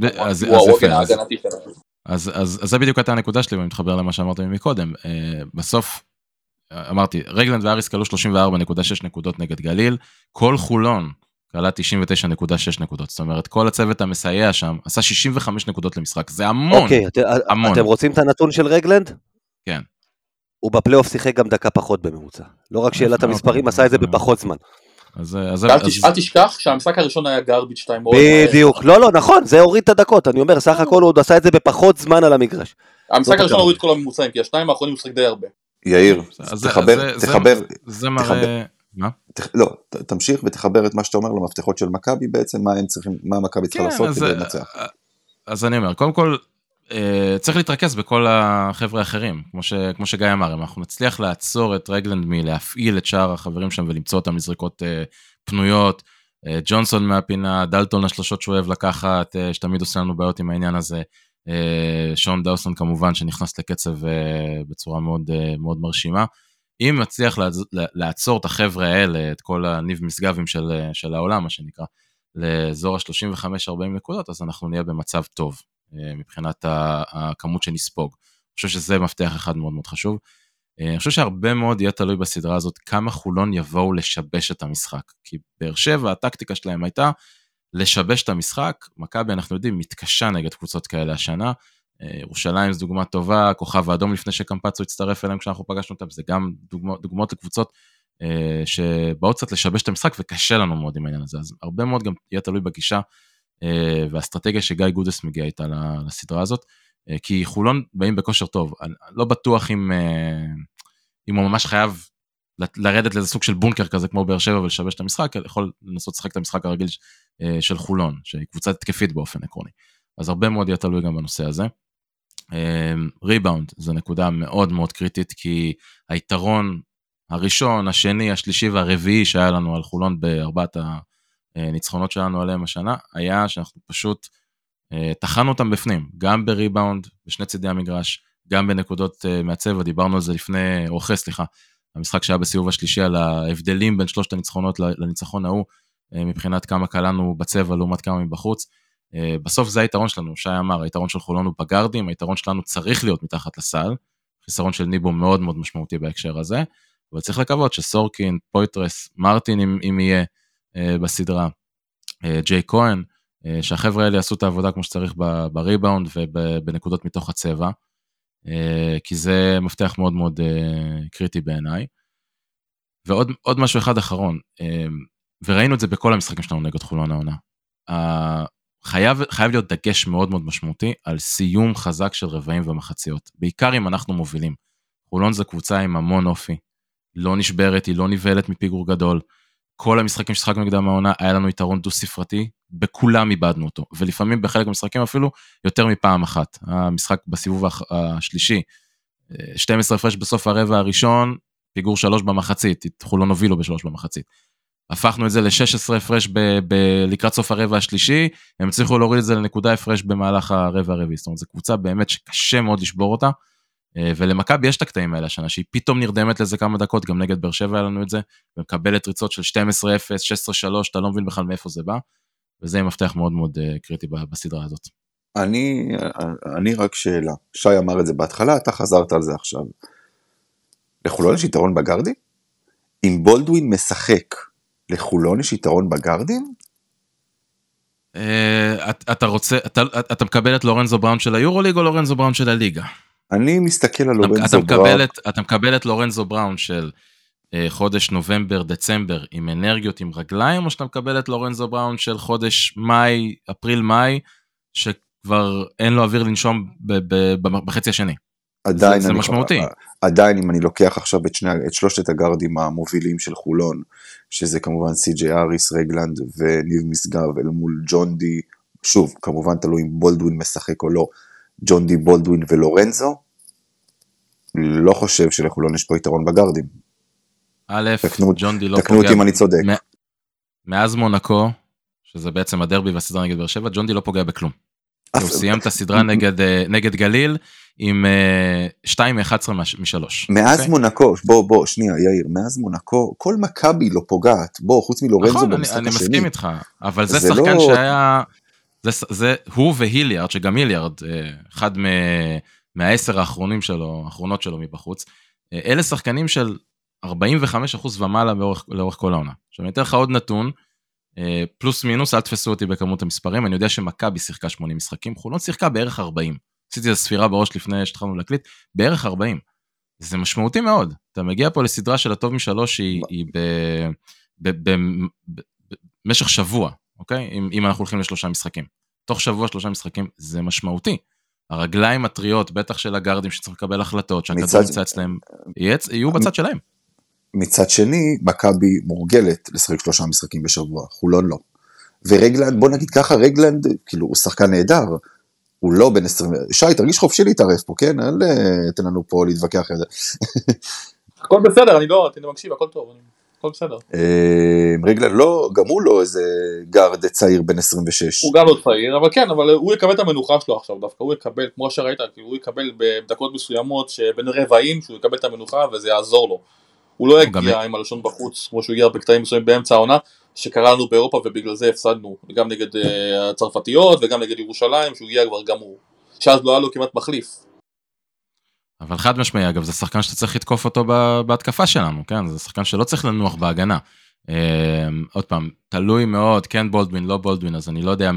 אז זה בדיוק הייתה הנקודה שלי, ואני מתחבר למה שאמרתם מקודם. בסוף, אמרתי, רגלנד ואריס קלו 34.6 נקודות נגד גליל, כל חולון קלה 99.6 נקודות, זאת אומרת, כל הצוות המסייע שם, עשה 65 נקודות למשחק, זה המון. אוקיי, אתם רוצים את הנתון של רגלנד? כן. הוא בפלייאוף שיחק גם דקה פחות בממוצע, לא רק שאלת המספרים, עשה את זה בפחות זמן. אל תשכח שהמשחק הראשון היה גרביץ' 2. בדיוק, לא, נכון, זה הוריד את הדקות, אני אומר, סך הכל הוא עוד עשה את זה בפחות זמן על המגרש. המשחק הראשון הוריד כל הממוצעים, כי השניים האחרונים הוא שחק די הרבה. יאיר, תחבר. זה מראה... מה? לא, תמשיך ותחבר את מה שאתה אומר למפתחות של מכבי בעצם, מה מכבי צריכה לעשות כדי לנצח. אז אני אומר, קודם כל, צריך להתרכז בכל החבר'ה האחרים, כמו שגיא אמר, אם אנחנו נצליח לעצור את רגלנד מלהפעיל את שאר החברים שם ולמצוא אותם לזריקות פנויות, ג'ונסון מהפינה, דלטון השלושות שהוא אוהב לקחת, שתמיד עושה לנו בעיות עם העניין הזה, שון דאוסון כמובן שנכנס לקצב בצורה מאוד, מאוד מרשימה, אם נצליח לעצור את החבר'ה האלה, את כל הניב מסגבים של העולם, מה שנקרא, לאזור ה-35-40 נקודות, אז אנחנו נהיה במצב טוב, מבחינת הכמות שנספוג. אני חושב שזה מפתח אחד מאוד מאוד חשוב. אני חושב שהרבה מאוד יהיה תלוי בסדרה הזאת, כמה חולון יבואו לשבש את המשחק. כי באר שבע, הטקטיקה שלהם הייתה לשבש את המשחק, מכבי אנחנו יודעים, מתקשה נגד קבוצות כאלה השנה, ירושלים זו דוגמה טובה, כוכב האדום לפני שקמפצו הצטרף אליהם כשאנחנו פגשנו אותם, זה גם דוגמאות לקבוצות שבאות קצת לשבש את המשחק, וקשה לנו מאוד עם העניין הזה, אז הרבה מאוד גם יהיה תלוי בגישה, והאסטרטגיה שגיא גודס מגיע איתה לסדרה הזאת, כי חולון באים בכושר טוב, אני לא בטוח אם הוא ממש חייב לרדת לאיזה סוג של בונקר כזה כמו באר שבע ולשבש את המשחק, יכול לנסות לשחק את המשחק הרגיל של חולון, שהיא קבוצה התקפית באופן עקרוני, אז הרבה מאוד יהיה תלוי גם בנושא הזה. ריבאונד זו נקודה מאוד מאוד קריטית, כי היתרון הראשון, השני, השלישי והרביעי שהיה לנו על חולון בארבעת הניצחונות שלנו עליהם השנה, היה שאנחנו פשוט תחנו אותם בפנים, גם בריבאונד, בשני צידי המגרש, גם בנקודות מהצבע, דיברנו על זה לפני, המשחק שהיה בסיבוב השלישי, על ההבדלים בין שלושת הניצחונות לניצחון ההוא, מבחינת כמה קלענו בצבע לעומת כמה מבחוץ, בסוף זה היתרון שלנו, שי אמר, היתרון של חולון הוא בגרדים, היתרון שלנו צריך להיות מתחת לסל, חיסרון של ניבו מאוד מאוד משמעותי בהקשר הזה, אבל צריך לקוות שסורקין, פויטרס, מרטין אם יהיה בסדרה, ג'יי כהן, שהחבר'ה האלה יעשו את העבודה כמו שצריך בריבאונד ובנקודות מתוך הצבע, כי זה מפתח מאוד מאוד קריטי בעיניי. ועוד משהו אחד אחרון, וראינו את זה בכל המשחקים שלנו נגד חולון העונה, חייב להיות דגש מאוד מאוד משמעותי על סיום חזק של רבעים ומחציות, בעיקר אם אנחנו מובילים. חולון זה קבוצה עם המון אופי, לא נשברת, היא לא ניבלת מפיגור גדול, כל המשחקים ששחקנו נגדם העונה, היה לנו יתרון דו ספרתי, בכולם איבדנו אותו, ולפעמים בחלק מהמשחקים אפילו יותר מפעם אחת. המשחק בסיבוב השלישי, 12 הפרש בסוף הרבע הראשון, פיגור 3 במחצית, חולון הובילו ב3 במחצית. הפכנו את זה ל-16 הפרש לקראת סוף הרבע השלישי, הם הצליחו להוריד את זה לנקודה הפרש במהלך הרבע הרביעי, זאת אומרת, זו קבוצה באמת שקשה מאוד לשבור אותה, ולמכבי יש את הקטעים האלה השנה, שהיא פתאום נרדמת לזה כמה דקות, גם נגד באר שבע היה לנו את זה, ומקבלת ריצות של 12-0, 16-3, אתה לא מבין בכלל מאיפה זה בא, וזה יהיה מפתח מאוד מאוד קריטי בסדרה הזאת. אני רק שאלה, שי אמר את זה בהתחלה, אתה חזרת על זה עכשיו. לחולון יש יתרון בגרדים? אם בולדווין משחק, לחולון יש יתרון בגרדים? אתה מקבל את לורנזו בראון של היורוליג או לורנזו בראון של הליגה? אני מסתכל על לורנזו בראון. אתה מקבל את לורנזו בראון של חודש נובמבר, דצמבר, עם אנרגיות, עם רגליים, או שאתה מקבל את לורנזו בראון של חודש מאי, אפריל-מאי, שכבר אין לו אוויר לנשום בחצי השני. זה משמעותי. עדיין אם אני לוקח עכשיו את שלושת הגרדים המובילים של חולון, שזה כמובן סי.ג'יי אריס, רגלנד וניב משגב, אל מול ג'ון די, שוב, כמובן תלוי אם בולדווין משחק או לא, ג'ון די, בולדווין ולורנזו, לא חושב שלחולון יש פה יתרון בגרדים. ג'ון די לא פוגע. תקנו אותי אם אני צודק. מאז מונקו, שזה בעצם הדרבי והסדרה נגד באר שבע, ג'ון די לא פוגע בכלום. הוא סיים את הסדרה נגד גליל עם 2 מ-11 מ-3. מאז מונקו, בוא, שנייה, יאיר, מאז מונקו, כל מכבי לא פוגעת, חוץ מלורנזו במשחק השני. אני מסכים איתך, אבל זה שחקן שהיה, זה הוא והיליארד, שגם היליארד, אחד מה10 האחרונות שלו מבחוץ, אלה שחקנים של 45% ומעלה לאורך כל העונה. עכשיו, אני אתן לך עוד נתון, פלוס מינוס, אל תפסו אותי בכמות המספרים, אני יודע שמכבי שיחקה 80 משחקים, חולון שיחקה בערך 40, עשיתי את הספירה בראש לפני שהתחלנו להקליט, בערך 40, זה משמעותי מאוד, אתה מגיע פה לסדרה של הטוב מ3, היא במשך שבוע, אוקיי? אם אנחנו הולכים ל3 משחקים, תוך שבוע 3 משחקים, זה משמעותי, הרגליים הטריות, בטח של הגרדים שצריך לקבל החלטות, שהכדור נמצא אצלם, יהיו בצד שלהם. מצד שני, מכבי מורגלת לשחק 3 משחקים בשבוע, חולון לא. ורגלנד, בוא נגיד ככה, רגלנד, כאילו הוא שחקן נהדר, הוא לא בן 20, שי, תרגיש חופשי להתערף פה, כן? אל תן לנו פה להתווכח על זה. הכל בסדר, אני מקשיב, הכל טוב, הכל בסדר. רגלן לא, גם הוא לא איזה גארד צעיר בן 26. הוא גם לא צעיר, אבל כן, אבל הוא יקבל את המנוחה שלו עכשיו דווקא, הוא יקבל, כמו שראית, הוא יקבל בדקות מסוימות שבין רבעים, שהוא יקבל את המנוחה וזה יעזור לו. הוא לא יגיע עם הלשון בחוץ, כמו שהוא הגיע בקטעים מסוימים באמצע העונה, שקרה לנו באירופה ובגלל זה הפסדנו, גם נגד הצרפתיות וגם נגד ירושלים, שהוא הגיע כבר גמור. שאז לא היה לו כמעט מחליף. אבל חד משמעי, אגב, זה שחקן שאתה צריך לתקוף אותו בהתקפה שלנו, כן? זה שחקן שלא צריך לנוח בהגנה. עוד פעם, תלוי מאוד, כן בולדווין, לא בולדווין, אז אני לא יודע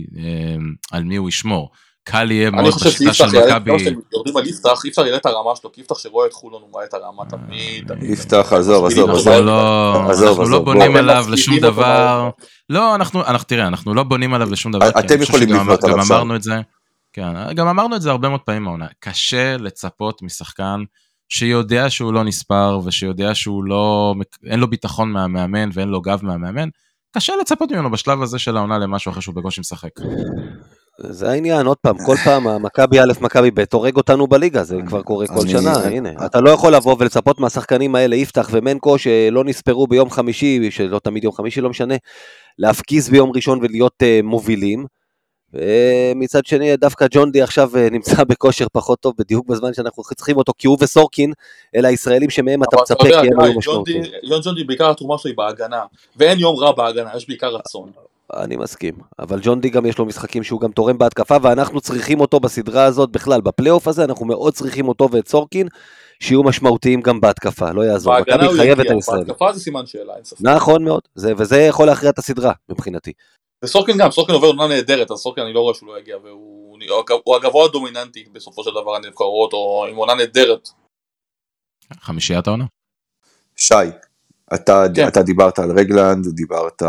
על מי הוא ישמור. קל יהיה מאוד בשיטה של מכבי. יורדים על יפתח, אי אפשר יראה את הרמה שלו, כי יפתח שרואה את חולון, הוא רואה את הרמה תמיד. יפתח, עזוב. אנחנו לא בונים עליו לשום דבר. לא, תראה, אנחנו לא בונים עליו לשום דבר. אתם יכולים לבנות עליו שם. כן, גם אמרנו את זה הרבה מאוד פעמים העונה. קשה לצפות משחקן שיודע שהוא לא נספר, ושיודע אין לו ביטחון מהמאמן, ואין לו גב מהמאמן. קשה לצפות ממנו בשלב הזה של העונה למשהו אחרי שהוא בקושי משחק. זה העניין, עוד פעם, כל פעם, מכבי א', מכבי ב', הורג אותנו בליגה, זה כבר קורה כל שנה, הנה. אתה לא יכול לבוא ולצפות מהשחקנים האלה, יפתח ומנקו, שלא נספרו ביום חמישי, שלא תמיד יום חמישי, לא משנה, להפגיז ביום ראשון ולהיות מובילים, ומצד שני, דווקא ג'ונדי עכשיו נמצא בכושר פחות טוב, בדיוק בזמן שאנחנו צריכים אותו, כי הוא וסורקין, אלה הישראלים שמהם אתה מצפה, כי הם היו משמעותיים. ג'ונדי בעיקר התרומה שלו היא בהגנה, ואין יום רע בהגנה, יש בעיקר רצון. אני מסכים, אבל ג'ונדי גם יש לו משחקים שהוא גם תורם בהתקפה, ואנחנו צריכים אותו בסדרה הזאת, בכלל, בפלייאוף הזה, אנחנו מאוד צריכים אותו ואת סורקין, שיהיו משמעותיים גם בהתקפה, לא יעזור. בהגנה הוא יגיע, בהתקפה זה סימן שאלה, אין ספק. נכון מאוד, וזה יכול להכריע את הסדרה, מבחינתי. וסורקין גם, סורקין עובר עונה נהדרת, אז סורקין אני לא רואה שהוא לא יגיע, והוא הגבוה הדומיננטי בסופו של דבר, אני קורא אותו עם עונה נהדרת. חמישיית העונה. שי, אתה דיברת על רגלנד, דיברת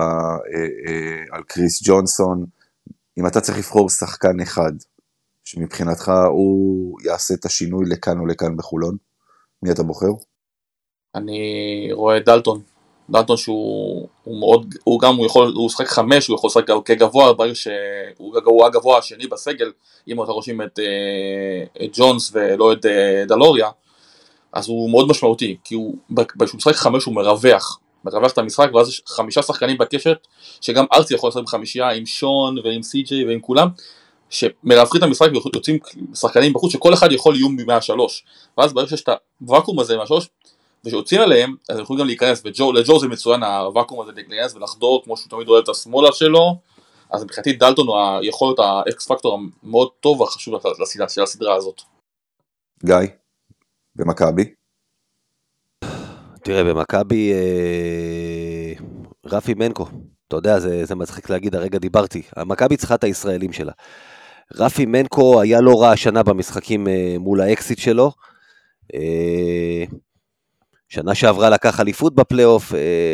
על קריס ג'ונסון, אם אתה צריך לבחור שחקן אחד, שמבחינתך הוא יעשה את השינוי לכאן או לכאן בחולון, מי אתה בוחר? אני רואה דלטון שהוא מאוד, הוא שחק 5, הוא יכול לשחק כגבוה, ברגע שהוא הגבוה השני בסגל, אם אתה רושמים את ג'ונס ולא את דלוריה, אז הוא מאוד משמעותי, כי כשהוא משחק 5 הוא מרווח את המשחק, ואז יש 5 שחקנים בקשת, שגם ארצי יכול לשחק ב5, עם שון ועם סי.ג'יי ועם כולם, שמרווחים את המשחק ויוצאים שחקנים בחוץ, שכל אחד יכול איום ב103, ואז ברגע שיש את הוואקום הזה מה3, ושהוצאים עליהם, אז הם יכולים גם להיכנס, ולג'ו זה מצוין, הוואקום הזה להיכנס ולחדור, כמו שהוא תמיד אוהב את השמאלה שלו, אז מבחינתי דלטון הוא יכול להיות האקס פקטור המאוד טוב והחשוב של הסדרה הזאת. גיא, במכבי? תראה, במכבי, רפי מנקו, אתה יודע, זה מצחיק להגיד, הרגע דיברתי, המכבי צריכה את הישראלים שלה. רפי מנקו היה לא רע השנה במשחקים מול האקסיט שלו, שנה שעברה לקח אליפות בפלייאוף,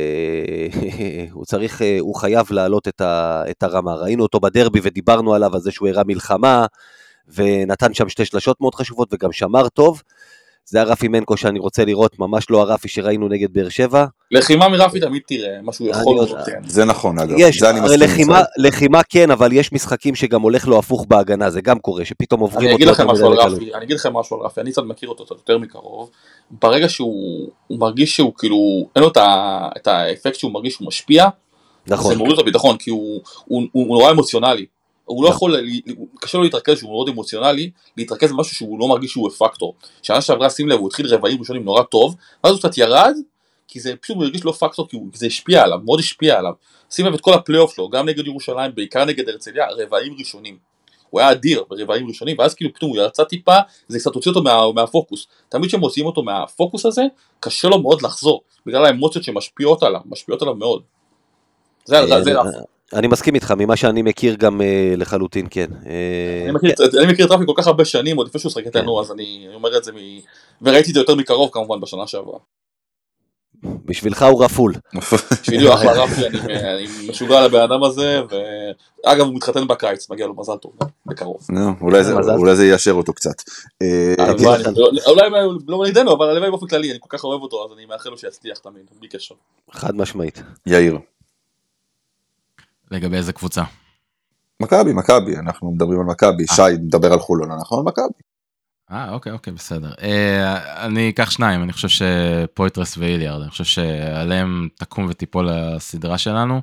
הוא חייב להעלות את הרמה, ראינו אותו בדרבי ודיברנו עליו, על זה שהוא הראה מלחמה, ונתן שם 2 שלשות מאוד חשובות, וגם שמר טוב, זה הרפי מנקו שאני רוצה לראות, ממש לא הרפי שראינו נגד באר שבע. לחימה מרפי תמיד תראה, משהו יכול להיות. זה נכון, אגב. יש, לחימה כן, אבל יש משחקים שגם הולך לו הפוך בהגנה, זה גם קורה, שפתאום עוברים אותו. אני אגיד לכם משהו על רפי, אני קצת מכיר אותו יותר מקרוב, ברגע שהוא מרגיש שהוא כאילו, אין לו את האפקט שהוא מרגיש שהוא משפיע, זה מוריד אותו ביטחון, כי הוא נורא אמוציונלי. הוא לא יכול, קשה לו להתרכז שהוא מאוד אמוציונלי, להתרכז במשהו שהוא לא מרגיש שהוא פקטור. שנה שעברה, שים לב, הוא התחיל רבעים ראשונים נורא טוב, ואז הוא קצת ירד, כי זה פשוט מרגיש לא פקטור, כי זה השפיע עליו, מאוד השפיע עליו. שים לב את כל הפלייאוף שלו, גם נגד ירושלים, בעיקר נגד הרצליה, רבעים ראשונים. הוא היה אדיר ברבעים ראשונים, ואז כאילו פתאום הוא ירצה טיפה, זה קצת הוציא אותו מהפוקוס. תמיד שמוציאים אותו מהפוקוס הזה, קשה לו מאוד לחזור, בגלל האמוציות שמשפיעות עליו מאוד. זה אני מסכים איתך, ממה שאני מכיר גם לחלוטין, כן. אני מכיר את רפי כל כך הרבה שנים, עוד לפני שהוא שחק איתנו, אז אני אומר את זה, וראיתי את זה יותר מקרוב כמובן בשנה שעברה. בשבילך הוא רפול. בשבילי הוא אחלה רפי, אני משוגע על הבן אדם הזה, ואגב הוא מתחתן בקיץ, מגיע לו מזל טוב, בקרוב. אולי זה יישר אותו קצת. אולי לא נגדנו, אבל הלוואי באופן כללי, אני כל כך אוהב אותו, אז אני מאחל לו שיצליח תמיד, בלי קשר. חד משמעית. יאיר. לגבי איזה קבוצה? מכבי, אנחנו מדברים על מכבי, שי מדבר על חולון, אנחנו על מכבי. אוקיי, בסדר. אני אקח שניים, אני חושב שפויטרס ואיליארד, אני חושב שעליהם תקום וטיפול הסדרה שלנו.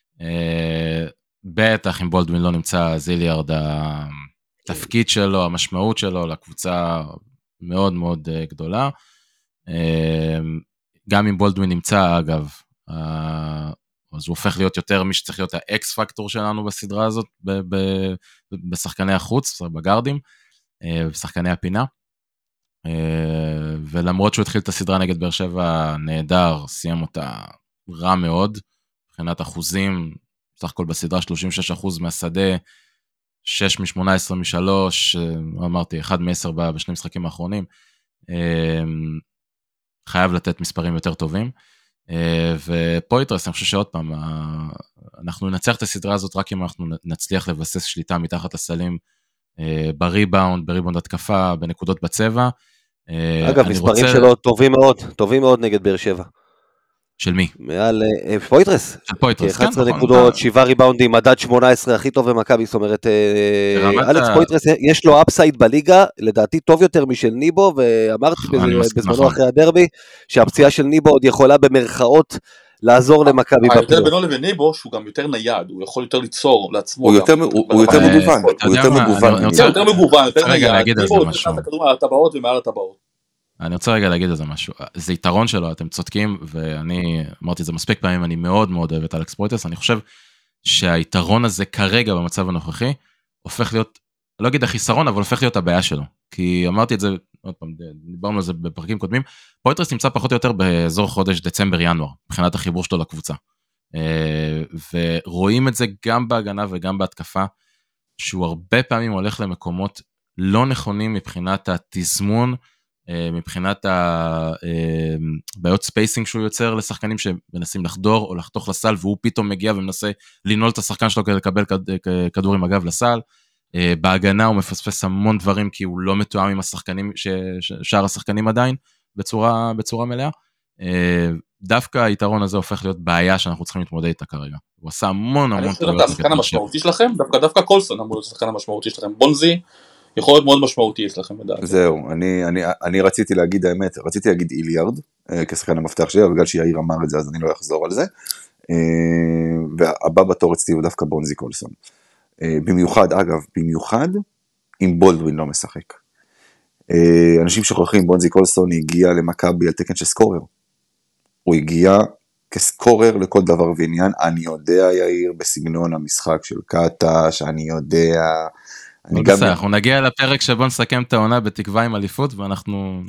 בטח אם בולדווין לא נמצא, אז איליארד, התפקיד שלו, המשמעות שלו לקבוצה מאוד מאוד גדולה. גם אם בולדווין נמצא, אגב, אז הוא הופך להיות יותר מי שצריך להיות האקס פקטור שלנו בסדרה הזאת, בשחקני החוץ, בגארדים, בשחקני הפינה. ולמרות שהוא התחיל את הסדרה נגד באר שבע נהדר, סיים אותה רע מאוד, מבחינת אחוזים, סך הכל בסדרה 36% מהשדה, 6 מ-18 מ-3, אמרתי, 1 מ-10 בשני משחקים האחרונים, חייב לתת מספרים יותר טובים, ופויטרס, אני חושב שעוד פעם, אנחנו ננצח את הסדרה הזאת רק אם אנחנו נצליח לבסס שליטה מתחת לסלים, בריבאונד התקפה, בנקודות בצבע. אגב, מספרים שלו טובים מאוד נגד באר שבע. של מי? מעל פויטרס. של פויטרס, כן. 11 נקודות, 7 ריבאונדים, מדד 18, הכי טוב במכבי, זאת אומרת, אלכס פויטרס, יש לו אפסייד בליגה, לדעתי טוב יותר משל ניבו, ואמרתי בזמנו אחרי הדרבי, שהפציעה של ניבו עוד יכולה במרכאות לעזור למכבי בפלייאוף. ההבדל בינו לבין ניבו, שהוא גם יותר נייד, הוא יכול יותר ליצור לעצמו. הוא יותר מגוון, יותר מגוון, יותר נייד. ניבו הוא נכנס הכדור על הטבעות ומעל הטבעות. אני רוצה רגע להגיד על זה משהו, זה יתרון שלו, אתם צודקים, ואני אמרתי את זה מספיק פעמים, אני מאוד מאוד אוהב את אלכס פויטרס, אני חושב שהיתרון הזה כרגע במצב הנוכחי, הופך להיות, לא אגיד החיסרון, אבל הופך להיות הבעיה שלו, כי אמרתי את זה, עוד פעם, דיברנו על זה בפרקים קודמים, פויטרס נמצא פחות או יותר באזור חודש דצמבר-ינואר, מבחינת החיבור שלו לקבוצה, ורואים את זה גם בהגנה וגם בהתקפה, שהוא הרבה פעמים הולך למקומות לא נכונים מבחינת התזמון, מבחינת הבעיות ספייסינג שהוא יוצר לשחקנים שמנסים לחדור או לחתוך לסל, והוא פתאום מגיע ומנסה לנעול את השחקן שלו כדי לקבל כדור עם הגב לסל. בהגנה הוא מפספס המון דברים, כי הוא לא מתואם עם השחקנים, שאר השחקנים עדיין, בצורה מלאה. דווקא היתרון הזה הופך להיות בעיה שאנחנו צריכים להתמודד איתה כרגע. הוא עשה המון אני חושב את השחקן המשמעותי שלכם, דווקא קולסון אמור להיות השחקן המשמעותי שלכם. בונזי יכול להיות מאוד משמעותי אצלכם לדעת. זהו, אני רציתי להגיד האמת, רציתי להגיד איליארד, כשחקן המפתח שלי, אבל בגלל שיאיר אמר את זה, אז אני לא אחזור על זה, והבא בתור אצלי הוא דווקא בונזי קולסון. במיוחד, אגב, אם בולדווין לא משחק. אנשים שוכחים, בונזי קולסון הגיע למכבי על תקן של סקורר. הוא הגיע כסקורר לכל דבר ועניין, אני יודע יאיר, בסגנון המשחק של קאטה, שאני יודע... אנחנו נגיע לפרק שבו נסכם את העונה בתקווה עם אליפות, ואנחנו...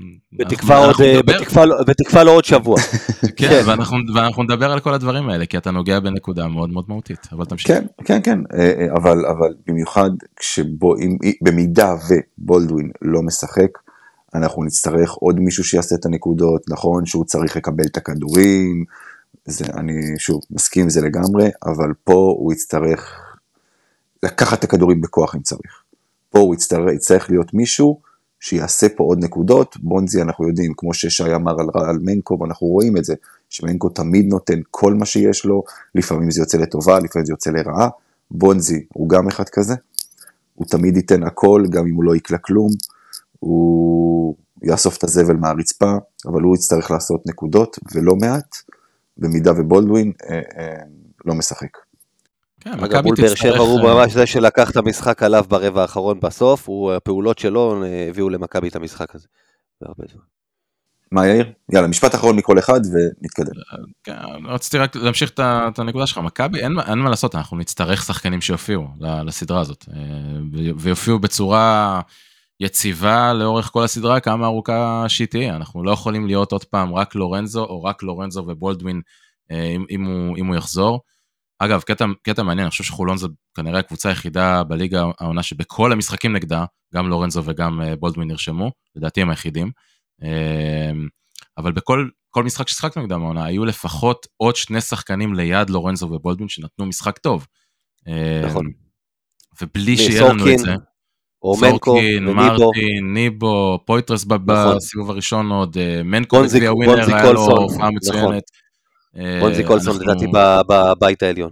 בתקווה לא עוד שבוע. כן, ואנחנו נדבר על כל הדברים האלה, כי אתה נוגע בנקודה מאוד מאוד מהותית, אבל תמשיך. כן, אבל במיוחד במידה ובולדווין לא משחק, אנחנו נצטרך עוד מישהו שיעשה את הנקודות, נכון שהוא צריך לקבל את הכדורים, אני שוב מסכים זה לגמרי, אבל פה הוא יצטרך לקחת את הכדורים בכוח אם צריך. פה הוא יצטרך להיות מישהו שיעשה פה עוד נקודות. בונזי אנחנו יודעים, כמו ששי אמר על מנקו, ואנחנו רואים את זה, שמנקו תמיד נותן כל מה שיש לו, לפעמים זה יוצא לטובה, לפעמים זה יוצא לרעה. בונזי הוא גם אחד כזה, הוא תמיד ייתן הכל, גם אם הוא לא יקלה כלום, הוא יאסוף את הזבל מהרצפה, אבל הוא יצטרך לעשות נקודות, ולא מעט, במידה ובולדווין לא משחק. אגב, מול באר שבע הוא ממש זה שלקח את המשחק עליו ברבע האחרון בסוף, הפעולות שלו הביאו למכבי את המשחק הזה. מה יאיר? יאללה, משפט אחרון מכל אחד ונתקדם. רציתי רק להמשיך את הנקודה שלך, מכבי, אין מה לעשות, אנחנו נצטרך שחקנים שיופיעו לסדרה הזאת, ויופיעו בצורה יציבה לאורך כל הסדרה, כמה ארוכה שהיא תהיה, אנחנו לא יכולים להיות עוד פעם רק לורנזו, או רק לורנזו ובולדווין, אם הוא יחזור. אגב, קטע מעניין, אני חושב שחולון זו כנראה הקבוצה היחידה בליגה העונה שבכל המשחקים נגדה, גם לורנזו וגם בולדווין נרשמו, לדעתי הם היחידים, אבל בכל משחק ששחקנו נגדם העונה, היו לפחות עוד 2 שחקנים ליד לורנזו ובולדווין שנתנו משחק טוב. נכון. ובלי שיהיה לנו את זה, סורקין, מרטין, ניבו, פויטרס בסיבוב הראשון עוד, מנקו בגביע ווינר היה לו הופעה מצוינת. בונזי קולסון לדעתי בבית העליון, כן.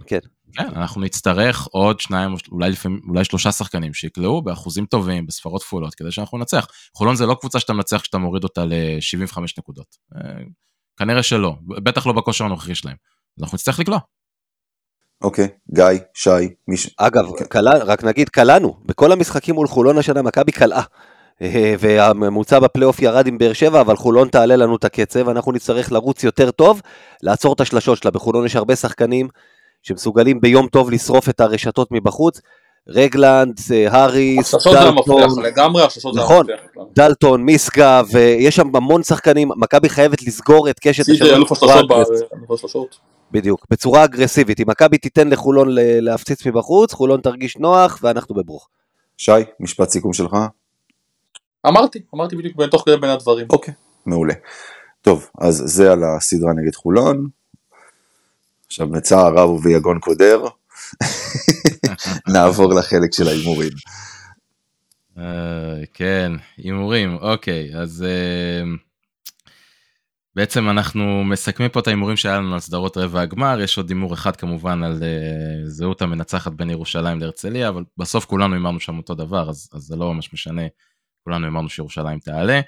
כן, אנחנו נצטרך עוד 2, אולי 3 שחקנים שיקלעו באחוזים טובים, בספרות כפולות, כדי שאנחנו נצח. חולון זה לא קבוצה שאתה מנצח כשאתה מוריד אותה ל-75 נקודות. כנראה שלא, בטח לא בכושר הנוכחי שלהם. אנחנו נצטרך לקלוע. אוקיי, גיא, שי, מישהו. אגב, רק נגיד, קלענו. בכל המשחקים מול חולון השנה, מכבי קלעה. והממוצע בפלייאוף ירד עם באר שבע, אבל חולון תעלה לנו את הקצב, אנחנו נצטרך לרוץ יותר טוב, לעצור את השלשות שלה. בחולון יש הרבה שחקנים שמסוגלים ביום טוב לשרוף את הרשתות מבחוץ, רגלנד, האריס, נכון, דלטון, מיסקה, ויש שם המון שחקנים, מכבי חייבת לסגור את קשת השלשות. בדיוק, בצורה אגרסיבית, אם מכבי תיתן לחולון להפציץ מבחוץ, חולון תרגיש נוח, ואנחנו בברוך. שי, משפט סיכום שלך? אמרתי בדיוק תוך כדי בין הדברים. אוקיי, מעולה. טוב, אז זה על הסדרה נגד חולון. עכשיו מצער רב וביגון קודר. נעבור לחלק של האימורים. כן, אימורים, אוקיי, אז בעצם אנחנו מסכמים פה את האימורים שהיה לנו על סדרות רבע הגמר, יש עוד אימור אחד כמובן על זהות המנצחת בין ירושלים להרצליה, אבל בסוף כולנו אמרנו שם אותו דבר, אז זה לא ממש משנה, כולנו אמרנו שירושלים תעלה.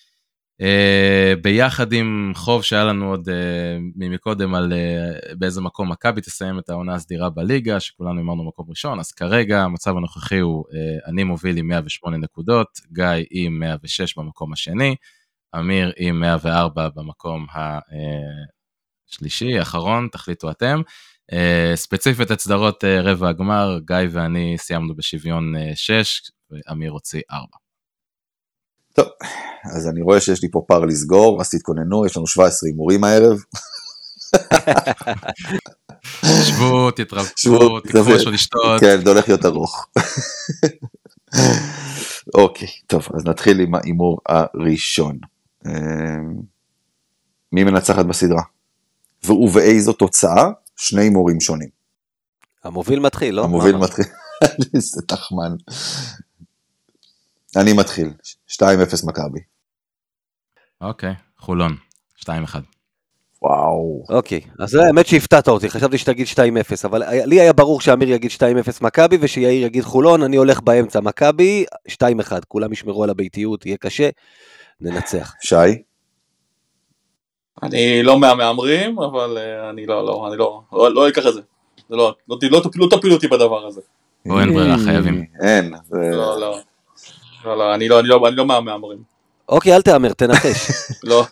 ביחד עם חוב שהיה לנו עוד ממקודם על באיזה מקום מכבי תסיים את העונה הסדירה בליגה, שכולנו אמרנו מקום ראשון, אז כרגע המצב הנוכחי הוא, אני מוביל עם 108 נקודות, גיא עם 106 במקום השני, אמיר עם 104 במקום השלישי, האחרון, תחליטו אתם. ספציפית את סדרות רבע הגמר, גיא ואני סיימנו בשוויון 6, ואמיר הוציא 4. טוב, אז אני רואה שיש לי פה פר לסגור, אז תתכוננו, יש לנו 17 אימורים הערב. שבו, תתרווחו, תקחו משהו לשתות. כן, זה הולך להיות ארוך. אוקיי, טוב, אז נתחיל עם האימור הראשון. מי מנצחת בסדרה? ובאיזו תוצאה? 2 אימורים שונים. המוביל מתחיל, לא? המוביל מתחיל, זה תחמן. אני מתחיל, 2-0 מכבי. אוקיי, חולון, 2-1. וואו. אוקיי, אז האמת שהפתעת אותי, חשבתי שתגיד 2-0, אבל לי היה ברור שאמיר יגיד 2-0 מכבי, ושיאיר יגיד חולון, אני הולך באמצע מכבי, 2-1, כולם ישמרו על הביתיות, יהיה קשה, ננצח. שי? אני לא מהמאמרים, אבל אני לא אקח את זה. לא תפיל אותי בדבר הזה. או אין ברירה, חייבים. אין. לא, אני לא מהמאמרים. אוקיי, אל תאמר, תנחש. לא.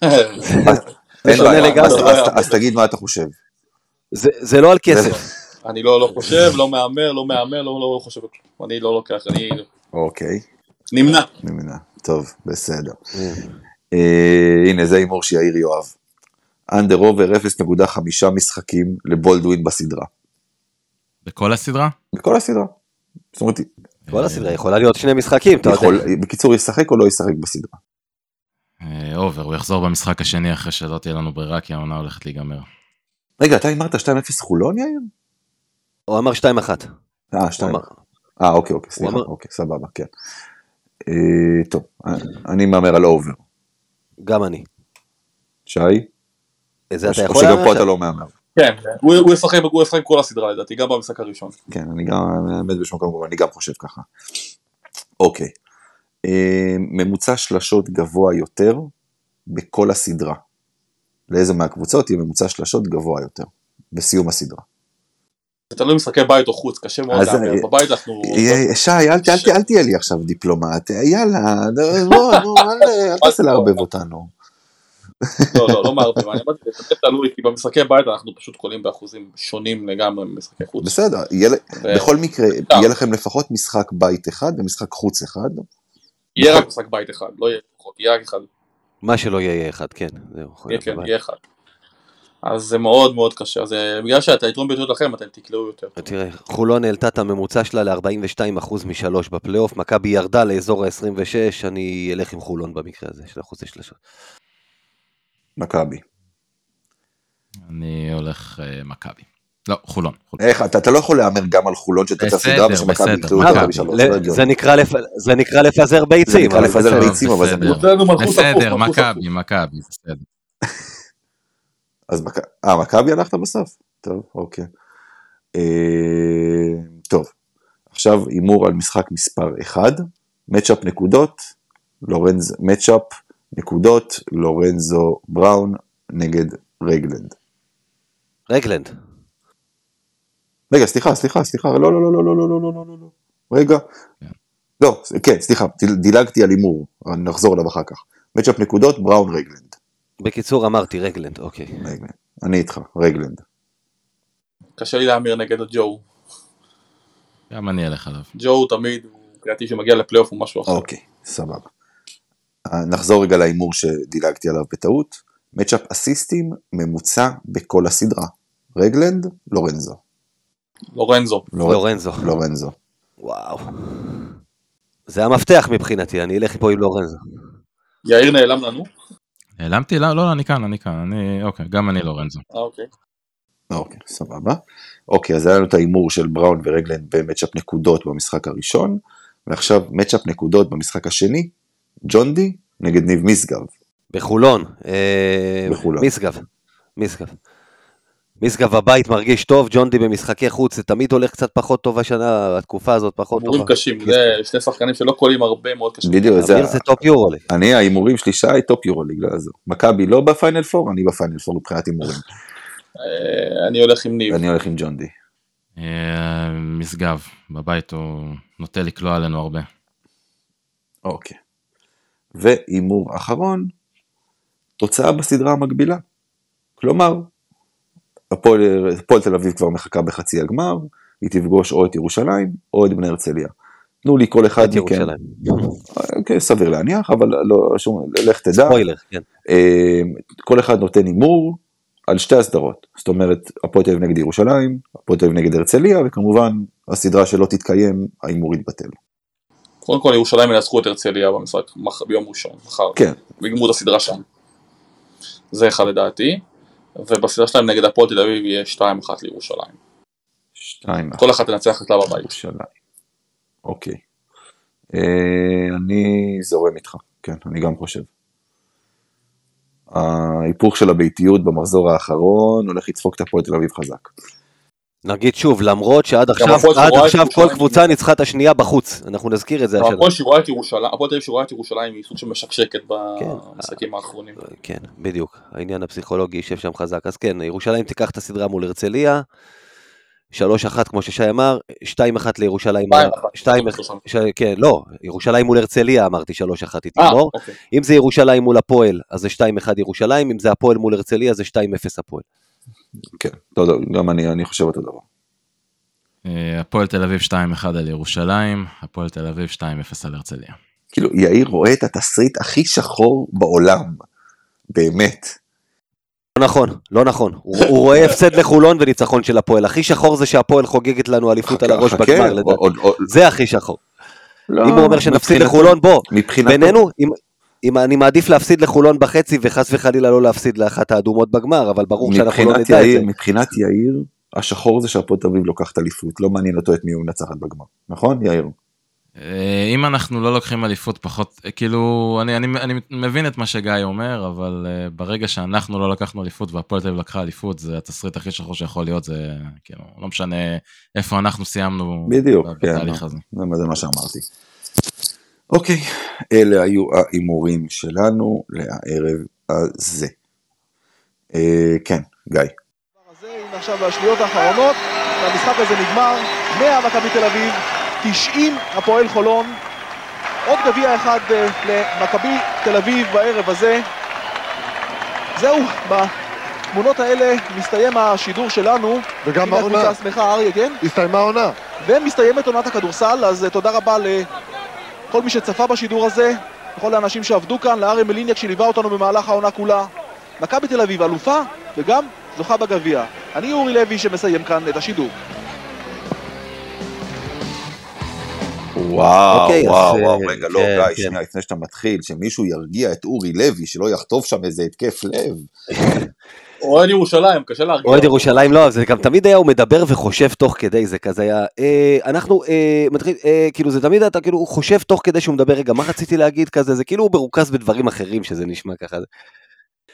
אז תגיד מה אתה חושב. זה לא על כסף. אני לא חושב, לא מאמר, לא חושב. אני לא לוקח, אני... אוקיי. נמנע. טוב, בסדר. הנה, זה אימור שיאיר יואב. אנדר אובר 0.5 משחקים לבולדווין בסדרה. בכל הסדרה? בכל הסדרה. זאת אומרת, כל הסדרה יכולה להיות 2 משחקים, אתה יודע. בקיצור, ישחק או לא ישחק בסדרה? אובר, הוא יחזור במשחק השני אחרי שלא תהיה לנו ברירה, כי העונה הולכת להיגמר. רגע, אתה אמרת 2-0 חולון, יאיר? הוא אמר 2-1. 2. אוקיי, סליחה, אוקיי, סבבה, כן. טוב, אני מאמר על אובר. גם אני. שי? זה אתה או יכול שגם פה אתה לא מאמר. כן, הוא ישחק כל הסדרה לדעתי, גם במשחק הראשון. כן, אני גם, אני גם חושב ככה. אוקיי. ממוצע שלשות גבוה יותר בכל הסדרה. לאיזו מהקבוצות יהיה ממוצע שלשות גבוה יותר בסיום הסדרה. זה תלוי משחקי בית או חוץ, קשה מאוד להמר. בבית אנחנו... שי, אל תהיה לי עכשיו דיפלומט. יאללה, אל תעשה להרבב אותנו. לא מערבב, אני אמרתי, זה תלוי, כי במשחקי בית אנחנו פשוט קולים באחוזים שונים לגמרי במשחקי חוץ. בסדר, בכל מקרה, יהיה לכם לפחות משחק בית אחד ומשחק חוץ אחד. יהיה רק משחק בית אחד, לא יהיה פחות, יהיה רק אחד. מה שלא יהיה אחד, כן. יהיה אחד. אז זה מאוד מאוד קשה, אז בגלל שאתה יתרון ביתיות לכם, אתם תקלעו יותר. תראה, חולון העלתה את הממוצע שלה ל-42% מ-3 בפלייאוף, מכבי ירדה לאזור ה-26, אני אלך עם חולון במקרה הזה, של אחוזי שלשות. מכבי. אני הולך מכבי. לא, חולון. איך, אתה לא יכול להאמר גם על חולון שתצא סדרה ושמכבי יקלעו יותר בשלוש. זה נקרא לפזר ביצים. זה נקרא לפזר ביצים, אבל זה בסדר, מכבי, בסדר. אז מכבי הלכת בסוף? טוב, אוקיי. טוב, עכשיו הימור על משחק מספר 1, מצ'אפ נקודות, לורנזו בראון נגד רגלנד. רגלנד. רגע, סליחה, לא, רגע, לא, כן, סליחה, דילגתי על הימור, נחזור אליו אחר כך. מצ'אפ נקודות, בראון רגלנד. בקיצור אמרתי רגלנד, אוקיי. רגלנד, אני איתך, רגלנד. קשה לי להמיר נגד ג'ו. גם אני אלך עליו. ג'ו תמיד, הוא קריאטי שמגיע לפלייאוף הוא משהו אחר. אוקיי, סבבה. נחזור רגע להימור שדילגתי עליו בטעות. מצ'אפ אסיסטים ממוצע בכל הסדרה. רגלנד, לורנזו. לורנזו. וואו. זה המפתח מבחינתי, אני אלך פה עם לורנזו. יאיר נעלם לנו? נעלמתי? לא, אני כאן. אוקיי, גם אני לורנזו. אוקיי, סבבה. אוקיי, אז היה לנו את האימור של בראון ורגלנד במצ'אפ נקודות במשחק הראשון, ועכשיו מצ'אפ נקודות במשחק השני, ג'ון די נגד ניב משגב. בחולון. משגב הבית מרגיש טוב, ג'ון די במשחקי חוץ, זה תמיד הולך קצת פחות טוב השנה, התקופה הזאת פחות טובה. הימורים קשים, זה שני שחקנים שלא קולים הרבה מאוד קשים. בדיוק, זה טופ יורוליג. אני, ההימורים שלי שי, טופ יורוליג, מכבי לא בפיינל פור, אני בפיינל פור מבחינת הימורים. אני הולך עם ניב. אני הולך עם ג'ון די. משגב, בבית הוא נוטה לקלוע עלינו הרבה. אוקיי. והימור אחרון, תוצאה בסדרה המקבילה. כלומר, הפועל תל אביב כבר מחכה בחצי הגמר, היא תפגוש או את ירושלים או את בני הרצליה. תנו לי כל אחד מכם. אוקיי, סביר להניח, אבל לא, לך תדע. ספוילר, כן. כל אחד נותן הימור על שתי הסדרות. זאת אומרת, הפועל תל אביב נגד ירושלים, הפועל תל אביב נגד הרצליה, וכמובן, הסדרה שלא תתקיים, ההימור יתבטל. קודם כל, ירושלים ינצחו את הרצליה במשחק ביום ראשון, מחר. כן. ויגמרו את הסדרה שם. זה אחד לדעתי. ובסדרה שלהם נגד הפועל תל אביב יהיה 2-1 לירושלים. 2-1. כל אחד תנצח אצלה בבית. ירושלים. אוקיי. אני זורם איתך. כן, אני גם חושב. ההיפוך של הביתיות במחזור האחרון הולך לדפוק את הפועל תל אביב חזק. נגיד שוב, למרות שעד עכשיו כל קבוצה ניצחה את השנייה בחוץ, אנחנו נזכיר את זה השנה. הפועל תל אביב שרואה את ירושלים היא סוג שמשקשקת במשחקים האחרונים. כן, בדיוק, העניין הפסיכולוגי יישב שם חזק, אז כן, ירושלים תיקח את הסדרה מול הרצליה, 3-1 כמו ששי אמר, 2-1 לירושלים, 2-1, כן, לא, ירושלים מול הרצליה אמרתי 3-1 היא תגמור, אם זה ירושלים מול הפועל, אז זה 2-1 ירושלים, אם זה הפועל מול הרצליה, זה 2-0 הפועל. כן, תודה, גם אני חושב אותו דבר. הפועל תל אביב 2-1 על ירושלים, הפועל תל אביב 2-0 על הרצליה. כאילו, יאיר רואה את התסריט הכי שחור בעולם, באמת. לא נכון, הוא רואה הפסד לחולון וניצחון של הפועל, הכי שחור זה שהפועל חוגגת לנו אליפות על הראש בגמר, זה הכי שחור. אם הוא אומר שנפסיד לחולון, בוא, בינינו, אם אני מעדיף להפסיד לחולון בחצי, וחס וחלילה לא להפסיד לאחת האדומות בגמר, אבל ברור שאנחנו לא נדע את זה. מבחינת יאיר, השחור זה שהפועל תל אביב לוקחת אליפות, לא מעניין אותו את מי הוא נצחת בגמר, נכון יאיר? אם אנחנו לא לוקחים אליפות פחות, כאילו, אני מבין את מה שגיא אומר, אבל ברגע שאנחנו לא לקחנו אליפות, והפועל תל אביב לקחה אליפות, זה התסריט הכי שחור שיכול להיות, זה כאילו, לא משנה איפה אנחנו סיימנו בתהליך הזה. זה מה שאמרתי. אוקיי, אלה היו האימורים שלנו לערב הזה. כן, גיא. הנה עכשיו השניות האחרונות, המשחק הזה נגמר, 100 מכבי תל אביב, 90 הפועל חולון, עוד גביע אחד למכבי תל אביב בערב הזה. זהו, בתמונות האלה מסתיים השידור שלנו. וגם העונה. סליחה, אריה, כן? הסתיימה העונה. ומסתיימת עונת הכדורסל, אז תודה רבה לכל מי שצפה בשידור הזה, לכל האנשים שעבדו כאן, לאריה מליניאק שליווה אותנו במהלך העונה כולה. מכבי תל אביב אלופה וגם זוכה בגביע. אני אורי לוי שמסיים כאן את השידור. וואו, רגע, לא, גיא, שנייה, לפני שאתה מתחיל, שמישהו ירגיע את אורי לוי, שלא יכתוב שם איזה התקף לב. אוהד ירושלים, קשה להרגיע. אוהד ירושלים, לא, זה גם תמיד היה, הוא מדבר וחושב תוך כדי, זה כזה היה, אנחנו, מתחיל, כאילו זה תמיד אתה, כאילו, הוא חושב תוך כדי שהוא מדבר, רגע, מה רציתי להגיד כזה, זה כאילו הוא ברוכז בדברים אחרים, שזה נשמע ככה.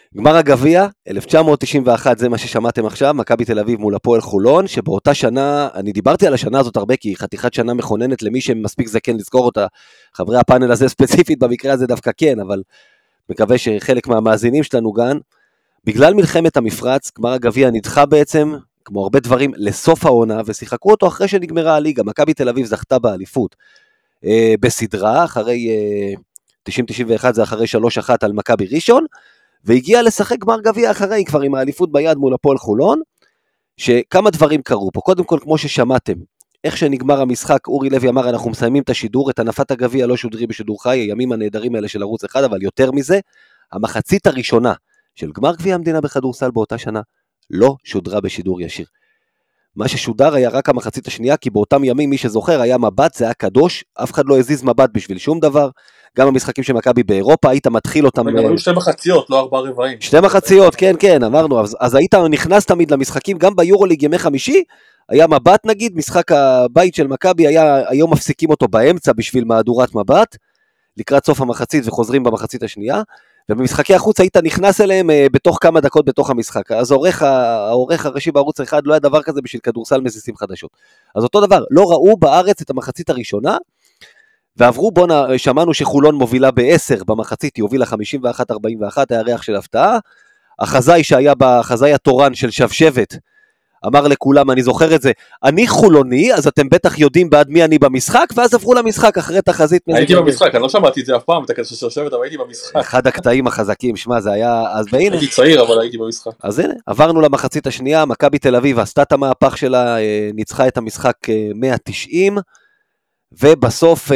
גמר הגביע, 1991, זה מה ששמעתם עכשיו, מכבי תל אביב מול הפועל חולון, שבאותה שנה, אני דיברתי על השנה הזאת הרבה, כי היא חתיכת שנה מכוננת למי שמספיק זקן לזכור אותה, חברי הפאנל הזה ספציפית, במקרה הזה דווקא כן, אבל מקווה שחלק מהמאזינים שלנו גם, בגלל מלחמת המפרץ, גמר הגביע נדחה בעצם, כמו הרבה דברים, לסוף העונה, ושיחקו אותו אחרי שנגמרה הליגה, מכבי תל אביב זכתה באליפות, בסדרה, אחרי 90-91, זה אחרי 3-1 על מכבי ראשון, והגיע לשחק גמר גביע אחרי, כבר עם האליפות ביד מול הפועל חולון, שכמה דברים קרו פה. קודם כל, כמו ששמעתם, איך שנגמר המשחק, אורי לוי אמר, אנחנו מסיימים את השידור, את הנפת הגביע לא שודרי בשידור חי, הימים הנהדרים האלה של ערוץ אחד, אבל יותר מזה, המחצית הראשונה של גמר גביע המדינה בכדורסל באותה שנה, לא שודרה בשידור ישיר. מה ששודר היה רק המחצית השנייה, כי באותם ימים, מי שזוכר, היה מבט, זה היה קדוש, אף אחד לא הזיז מבט בשביל שום דבר, גם המשחקים של מכבי באירופה, היית מתחיל אותם... וגם היו 2 מחציות, לא 4 רבעים. 2 מחציות, כן, כן, אמרנו, אז היית נכנס תמיד למשחקים, גם ביורוליג ימי חמישי, היה מבט נגיד, משחק הבית של מכבי, היום מפסיקים אותו באמצע בשביל מהדורת מבט, לקראת סוף המחצית וחוזרים במחצית השנייה, ובמשחקי החוץ היית נכנס אליהם בתוך כמה דקות בתוך המשחק, אז העורך הראשי בערוץ אחד לא היה דבר כזה בשביל כדורסל מזיזים חדשות. אז אותו דבר, לא ראו בארץ את המחצית הראשונה, ועברו, שמענו שחולון מובילה ב-10 במחצית, היא הובילה 51-41, היה ריח של הפתעה, החזאי שהיה בחזאי התורן של שבשבת, אמר לכולם, אני זוכר את זה, אני חולוני, אז אתם בטח יודעים בעד מי אני במשחק, ואז עברו למשחק אחרי תחזית. הייתי במשחק, אני לא שמעתי את זה אף פעם, את הכסף של שבשבת, אבל הייתי במשחק. אחד הקטעים החזקים, שמה, זה היה, אז והנה. הייתי צעיר, אבל הייתי במשחק. אז הנה, עברנו למחצית השנייה, מכבי תל אביב עשתה את המהפך שלה, ניצחה את המשחק 190, ובסוף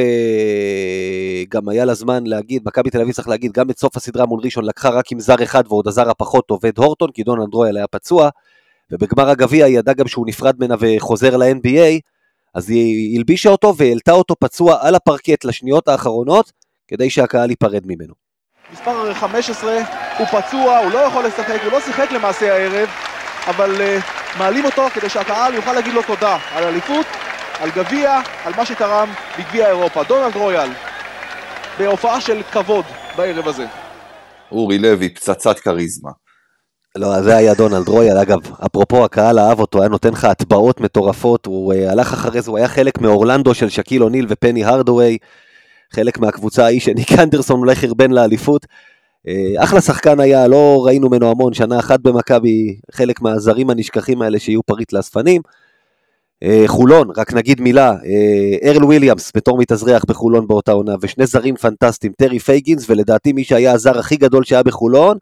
גם היה לה זמן להגיד, מכבי תל אביב צריך להגיד, גם את סוף הסדרה מול ראשון לקחה רק עם זר אחד, ועוד הזר הפחות עובד הורטון, כי דון אנדרויאל היה פצוע, ובגמר הגביע היא ידעה גם שהוא נפרד ממנה וחוזר ל-NBA, אז היא הלבישה אותו והעלתה אותו פצוע על הפרקט לשניות האחרונות, כדי שהקהל ייפרד ממנו. מספר 15, הוא פצוע, הוא לא יכול לשחק, הוא לא שיחק למעשה הערב, אבל מעלים אותו כדי שהקהל יוכל להגיד לו תודה על אליפות, על גביע, על מה שתרם בגביע אירופה. דונלד רויאל, בהופעה של כבוד בערב הזה. אורי לוי, פצצת קריזמה. לא, זה היה דונלד רויאל, אגב, אפרופו הקהל אהב אותו, היה נותן לך הטבעות מטורפות, הוא הלך אחרי זה, הוא היה חלק מאורלנדו של שקיל אוניל ופני הרדווי, חלק מהקבוצה ההיא שניק אנדרסון הולך הרבן לאליפות, אחלה שחקן היה, לא ראינו ממנו המון, שנה אחת במכבי, חלק מהזרים הנשכחים האלה שיהיו פריט לאספנים, חולון, רק נגיד מילה, ארל וויליאמס בתור מתאזרח בחולון באותה עונה, ושני זרים פנטסטיים, טרי פייגינס, ולדעתי מי שהיה הזר הכי גדול שהיה בחולון,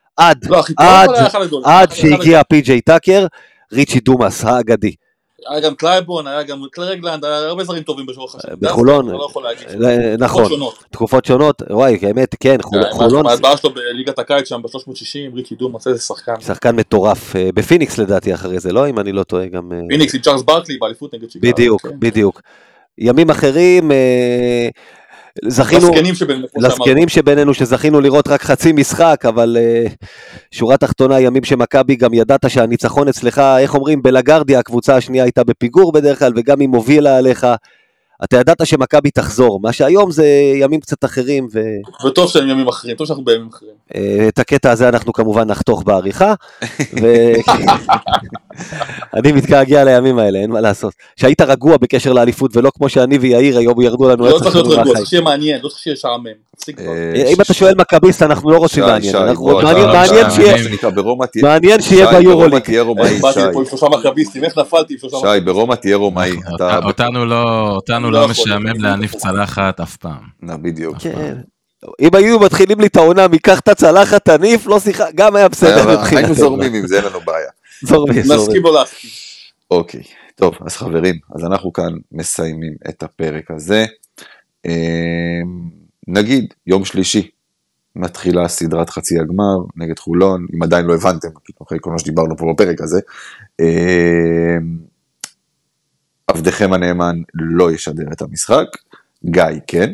עד שהגיע פי.ג'יי טאקר, ריצ'י דומאס האגדי. היה גם קלייבון, היה גם קלרגלנד, היה הרבה זרים טובים בשבוע חשב. בחולון, נכון, תקופות שונות, וואי, האמת, כן, חולון. ההדבעה שלו בליגת הקיץ שם ב-360, ריצ'י דומאס, איזה שחקן. שחקן מטורף, בפיניקס לדעתי אחרי זה, לא? אם אני לא טועה גם... פיניקס עם צ'ארלס ברקלי, באליפות נגד שיקגו. בדיוק, בדיוק. ימים אחרים... לזקנים שבינינו שזכינו לראות רק חצי משחק, אבל שורה תחתונה, ימים שמכבי גם ידעת שהניצחון אצלך, איך אומרים, בלגרדיה, הקבוצה השנייה הייתה בפיגור בדרך כלל, וגם אם הובילה עליך, אתה ידעת שמכבי תחזור, מה שהיום זה ימים קצת אחרים. וטוב שהם ימים אחרים, טוב שאנחנו בימים אחרים. את הקטע הזה אנחנו כמובן נחתוך בעריכה, אני מתגעגע לימים האלה, אין מה לעשות. שהיית רגוע בקשר לאליפות, ולא כמו שאני ויאיר היום ירדו לנו. לא צריך להיות רגוע, צריך שיהיה מעניין, לא צריך שיהיה שעמם. אם אתה שואל מכביסט, אנחנו לא רוצים מעניין. מעניין שיהיה ביורוליג. שי, ברומא תהיה רומאי. אותנו לא משעמם להניף צלחת אף פעם. בדיוק. אם היו מתחילים לי את העונה, מקח את הצלחת, תניף, לא שיחה, גם היה בסדר. היינו זורמים עם זה, אין לנו בעיה. נסכים או להסכים. אוקיי, טוב, אז חברים, אז אנחנו כאן מסיימים את הפרק הזה. נגיד, יום שלישי, מתחילה סדרת חצי הגמר, נגד חולון, אם עדיין לא הבנתם, אחרי כל מה שדיברנו פה בפרק הזה, עבדכם הנאמן לא ישדר את המשחק, גיא, כן?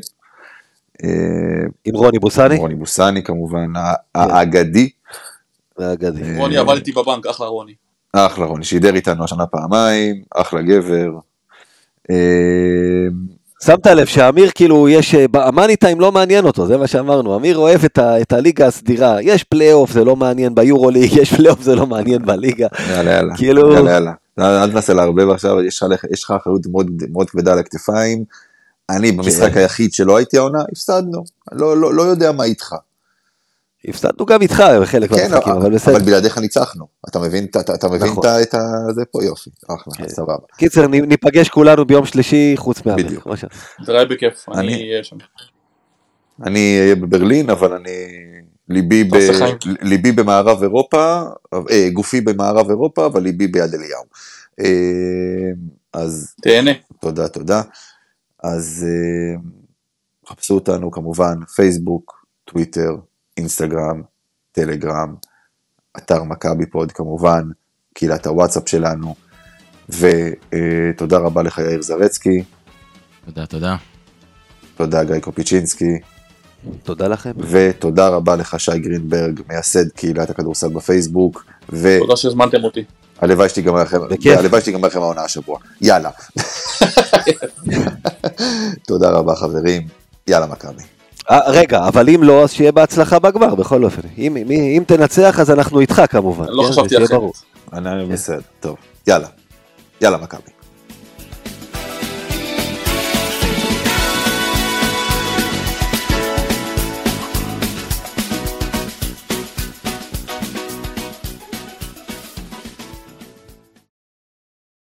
עם רוני בוסני? רוני בוסני כמובן, האגדי. רוני עבדתי בבנק, אחלה רוני. אחלה רוני, שידר איתנו השנה פעמיים, אחלה גבר. שמת לב שאמיר כאילו יש, באמני טיים לא מעניין אותו, זה מה שאמרנו, אמיר אוהב את הליגה הסדירה, יש פלייאוף זה לא מעניין ביורוליג, יש פלייאוף זה לא מעניין בליגה. יאללה, כאילו... יאללה. אל תנסה להרבב עכשיו, יש לך אחריות מאוד כבדה על הכתפיים, אני במשחק היחיד שלא הייתי העונה, הפסדנו, לא יודע מה איתך. הפסדנו גם איתך בחלק מהמשחקים, אבל בסדר. אבל בלעדיך ניצחנו, אתה מבין את זה פה יופי, אחלה, סבבה. קיצר, ניפגש כולנו ביום שלישי חוץ מהמר. בדיוק. זה בכיף, אני אהיה שם. אני אהיה בברלין, אבל ליבי במערב אירופה, גופי במערב אירופה, אבל ליבי ביד אליהו. אז... תהנה. תודה. אז חפשו אותנו כמובן, פייסבוק, טוויטר, אינסטגרם, טלגרם, אתר מכבי פוד כמובן, קהילת הוואטסאפ שלנו, ותודה רבה לך יאיר זרצקי. תודה. תודה גיא קופיצ'ינסקי. תודה לכם. ותודה רבה לך שי גרינברג, מייסד קהילת הכדורסל בפייסבוק. תודה שהזמנתם אותי. הלוואי שתיגמר לכם העונה השבוע. יאללה. תודה רבה חברים. יאללה מכבי. רגע, אבל אם לא, אז שיהיה בהצלחה בגמר, בכל אופן. אם תנצח, אז אנחנו איתך כמובן. לא חשבתי אחרת. אני בסדר, טוב. יאללה מכבי.